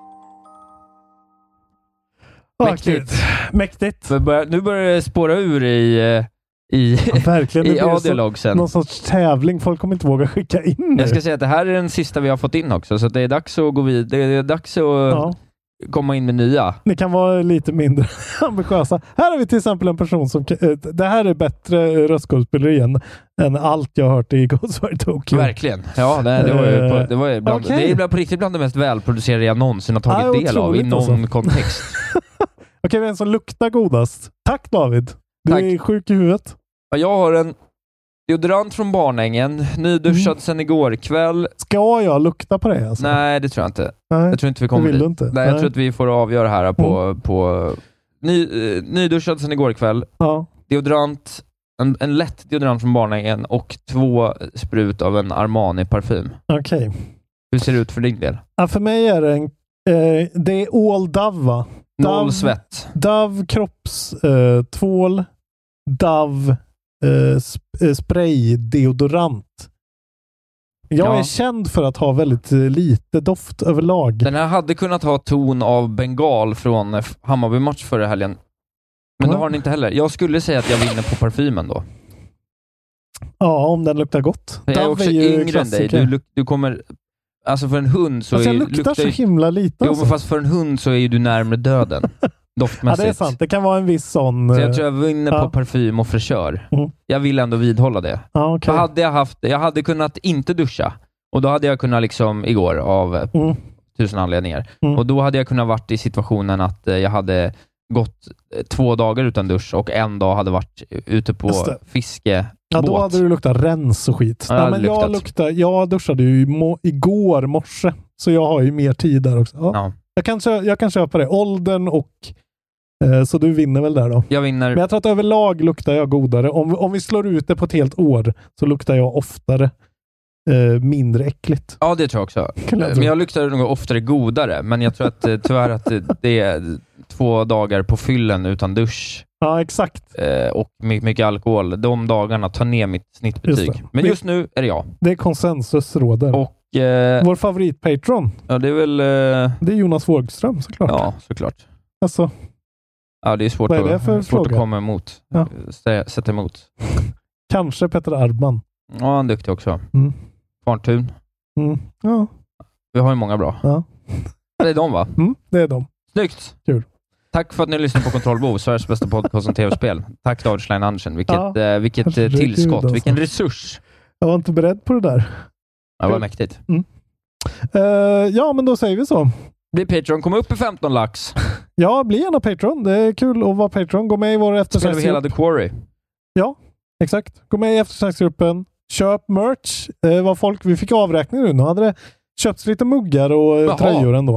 Mäktigt. Mäktigt. Börjar, nu börjar det spåra ur i, i, ja, verkligen. i audiologsen. Någon sorts tävling. Folk kommer inte våga skicka in nu. Jag ska säga att det här är den sista vi har fått in också. Så det är dags att gå vidare. Det är dags att ja. komma in med nya. Ni kan vara lite mindre ambitiösa. Här har vi till exempel en person som... Det här är bättre röstskådespeleri än, än allt jag har hört i Ghostwire Tokyo. Verkligen. Ja, det, det var ju på, det var ju bland, okay. det är på riktigt bland det mest välproducerade jag någonsin har tagit ah, del av i någon alltså. kontext. Okej, okay, vem som luktar godast? Tack David. Du Tack. är sjuk i huvudet. Ja, jag har en deodorant från Barnängen. Nyduschad mm. sen igår kväll. Ska jag lukta på det? Alltså? Nej, det tror jag inte. Nej, jag tror inte vi kommer dit. Inte. Nej, Nej, jag tror att vi får avgöra här på, mm. på ny, uh, nyduschad sen igår kväll. Ja. Deodorant, en, en lätt deodorant från Barnängen och två sprut av en Armani-parfym. Okej. Okay. Hur ser det ut för din del? Ja, för mig är det en, eh, det är all Dove, va? Noll svett. Dove kroppstvål, eh, Dove eh, sp- spray-deodorant. Jag Ja. är känd för att ha väldigt eh, lite doft överlag. Den här hade kunnat ha ton av bengal från eh, Hammarby-match förra helgen. Men Ja. det har den inte heller. Jag skulle säga att jag vinner på parfymen då. Ja, om den luktar gott. Jag är Dove också ju yngre än dig. klassiker. Du, luk- du kommer... Alltså för en hund så Fast jag är, luktar så ju- himla lite. Jo, Alltså. men fast för en hund så är ju du närmare döden. Ja, Doftmässigt. det är sant. Det kan vara en viss sån... Så jag eh, tror jag vinner ja. på parfym och frisör. Mm. Jag vill ändå vidhålla det. Ja, okej. För hade jag haft, jag hade kunnat inte duscha. Och då hade jag kunnat liksom igår av eh, Mm. tusen anledningar. Mm. Och då hade jag kunnat varit i situationen att eh, jag hade gått eh, två dagar utan dusch och en dag hade varit ute på Just det. fiske. Ja, då båt. hade du luktat rens och skit. Ja, Nej, jag men hade jag, luktat. luktar, jag duschade ju må, igår morse, så jag har ju mer tid där också. Ja. Ja. Jag, kan, kö- jag kan köpa det. Åldern och... Eh, så du vinner väl där då. Jag vinner. Men jag tror att överlag luktar jag godare. Om, om vi slår ut det på ett helt år så luktar jag oftare eh, mindre äckligt. Ja, det tror jag också. Kan jag Men tro. jag luktar nog oftare godare. Men jag tror att eh, tyvärr att det, det är två dagar på fyllen utan dusch. Ja, exakt. Eh, och mycket, mycket alkohol. De dagarna tar ner mitt snittbetyg. Just det. Men Vi- just nu är det jag. Det är konsensus råder. Och eh, Vår favorit-patron, ja, det är väl... Eh, det är Jonas Wågström såklart. ja, såklart. Alltså, Ja, det är svårt, Vad är det att, för svårt att fråga? komma emot. Ja. Stä- Sätta emot. kanske Petter Arbman. Ja, han är duktig också. Mm. Kvarntun. Mm. Ja. Vi har ju många bra. Ja. Det är de, va? Mm, det är de. Snyggt! Kul. Tack för att ni lyssnar på Kontrollbehov, Sveriges bästa podcast om tv-spel. Tack David Schlein Andersen. Vilket, Ja. eh, vilket eh, Herregud, tillskott, alltså. vilken resurs. Jag var inte beredd på det där. Ja, det var Kul. mäktigt. Eh, ja, men då säger vi så. Blir Patreon, kom upp i femton lax. Ja, bli gärna Patreon. Det är kul att vara Patreon. Gå med i vår Spelar vi eftersnacksgrupp. hela The Quarry. Ja, exakt. Gå med i eftersnacksgruppen. Köp merch. Eh, vad folk, vi fick avräkning nu. Nu hade det köpts lite muggar och eh, Jaha. tröjor ändå.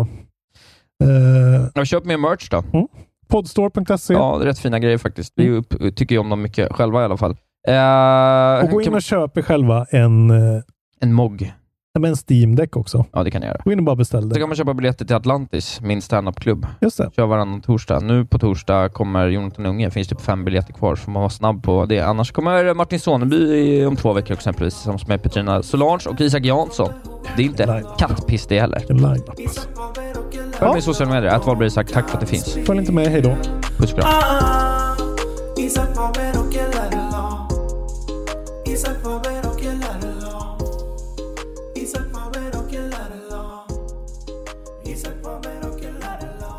Eh, Jag köp mer merch då. Podstore punkt se. Ja, det är rätt fina grejer faktiskt. Vi upp, tycker ju om dem mycket själva i alla fall. Och Eh, gå in kan- och köp er själva en, eh, En mugg. med en Steam Deck också. Ja, det kan jag göra. Gå in och bara beställ Så det. kan man köpa biljetter till Atlantis, min stand-up-klubb. Just det. Kör varannan torsdag. Nu på torsdag kommer Jonathan Unge. Finns typ fem biljetter kvar, så får man vara snabb på det. Annars kommer Martin Soneby i- om två veckor exempelvis, tillsammans med Petrina Solange och Isak Jansson. Det är inte Line. kattpiss det heller. En line-up. Följ Ja. mig i sociala medier. Att Valberg Isak. Tack för att det finns. Följ inte med. Hej då. Puss och kram. Ah, Isak Faber och Kellarela. Isak Faber och Kellarela. Isak Faber och Kellarela. Isak Faber och Kellarela.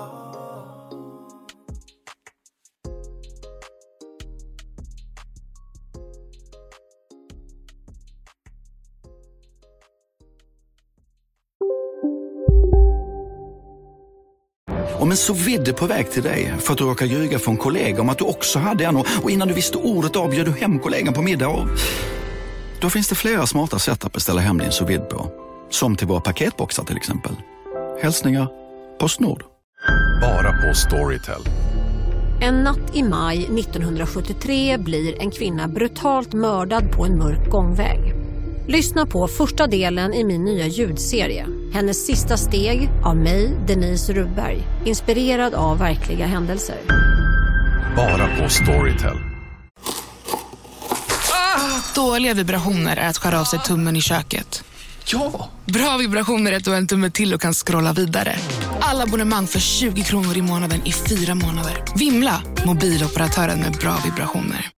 Om en så vidde på väg till dig för att du råkar ljuga från kollega om att du också hade en och och innan du visste ordet av bjöd du hem kollegan på middag och... Då finns det flera smarta sätt att beställa hem din sous vide på. Som till våra paketboxar till exempel. Hälsningar Postnord. Bara på Storytel. En natt i maj nittonhundrasjuttiotre blir en kvinna brutalt mördad på en mörk gångväg. Lyssna på första delen i min nya ljudserie. Hennes sista steg av mig, Denise Rubberg. Inspirerad av verkliga händelser. Bara på Storytel. Ah, dåliga vibrationer är att skära av sig tummen i köket. Ja! Bra vibrationer är att du har en tumme till och kan scrolla vidare. Alla abonnemang för tjugo kronor i månaden i fyra månader. Vimla! Mobiloperatören med bra vibrationer.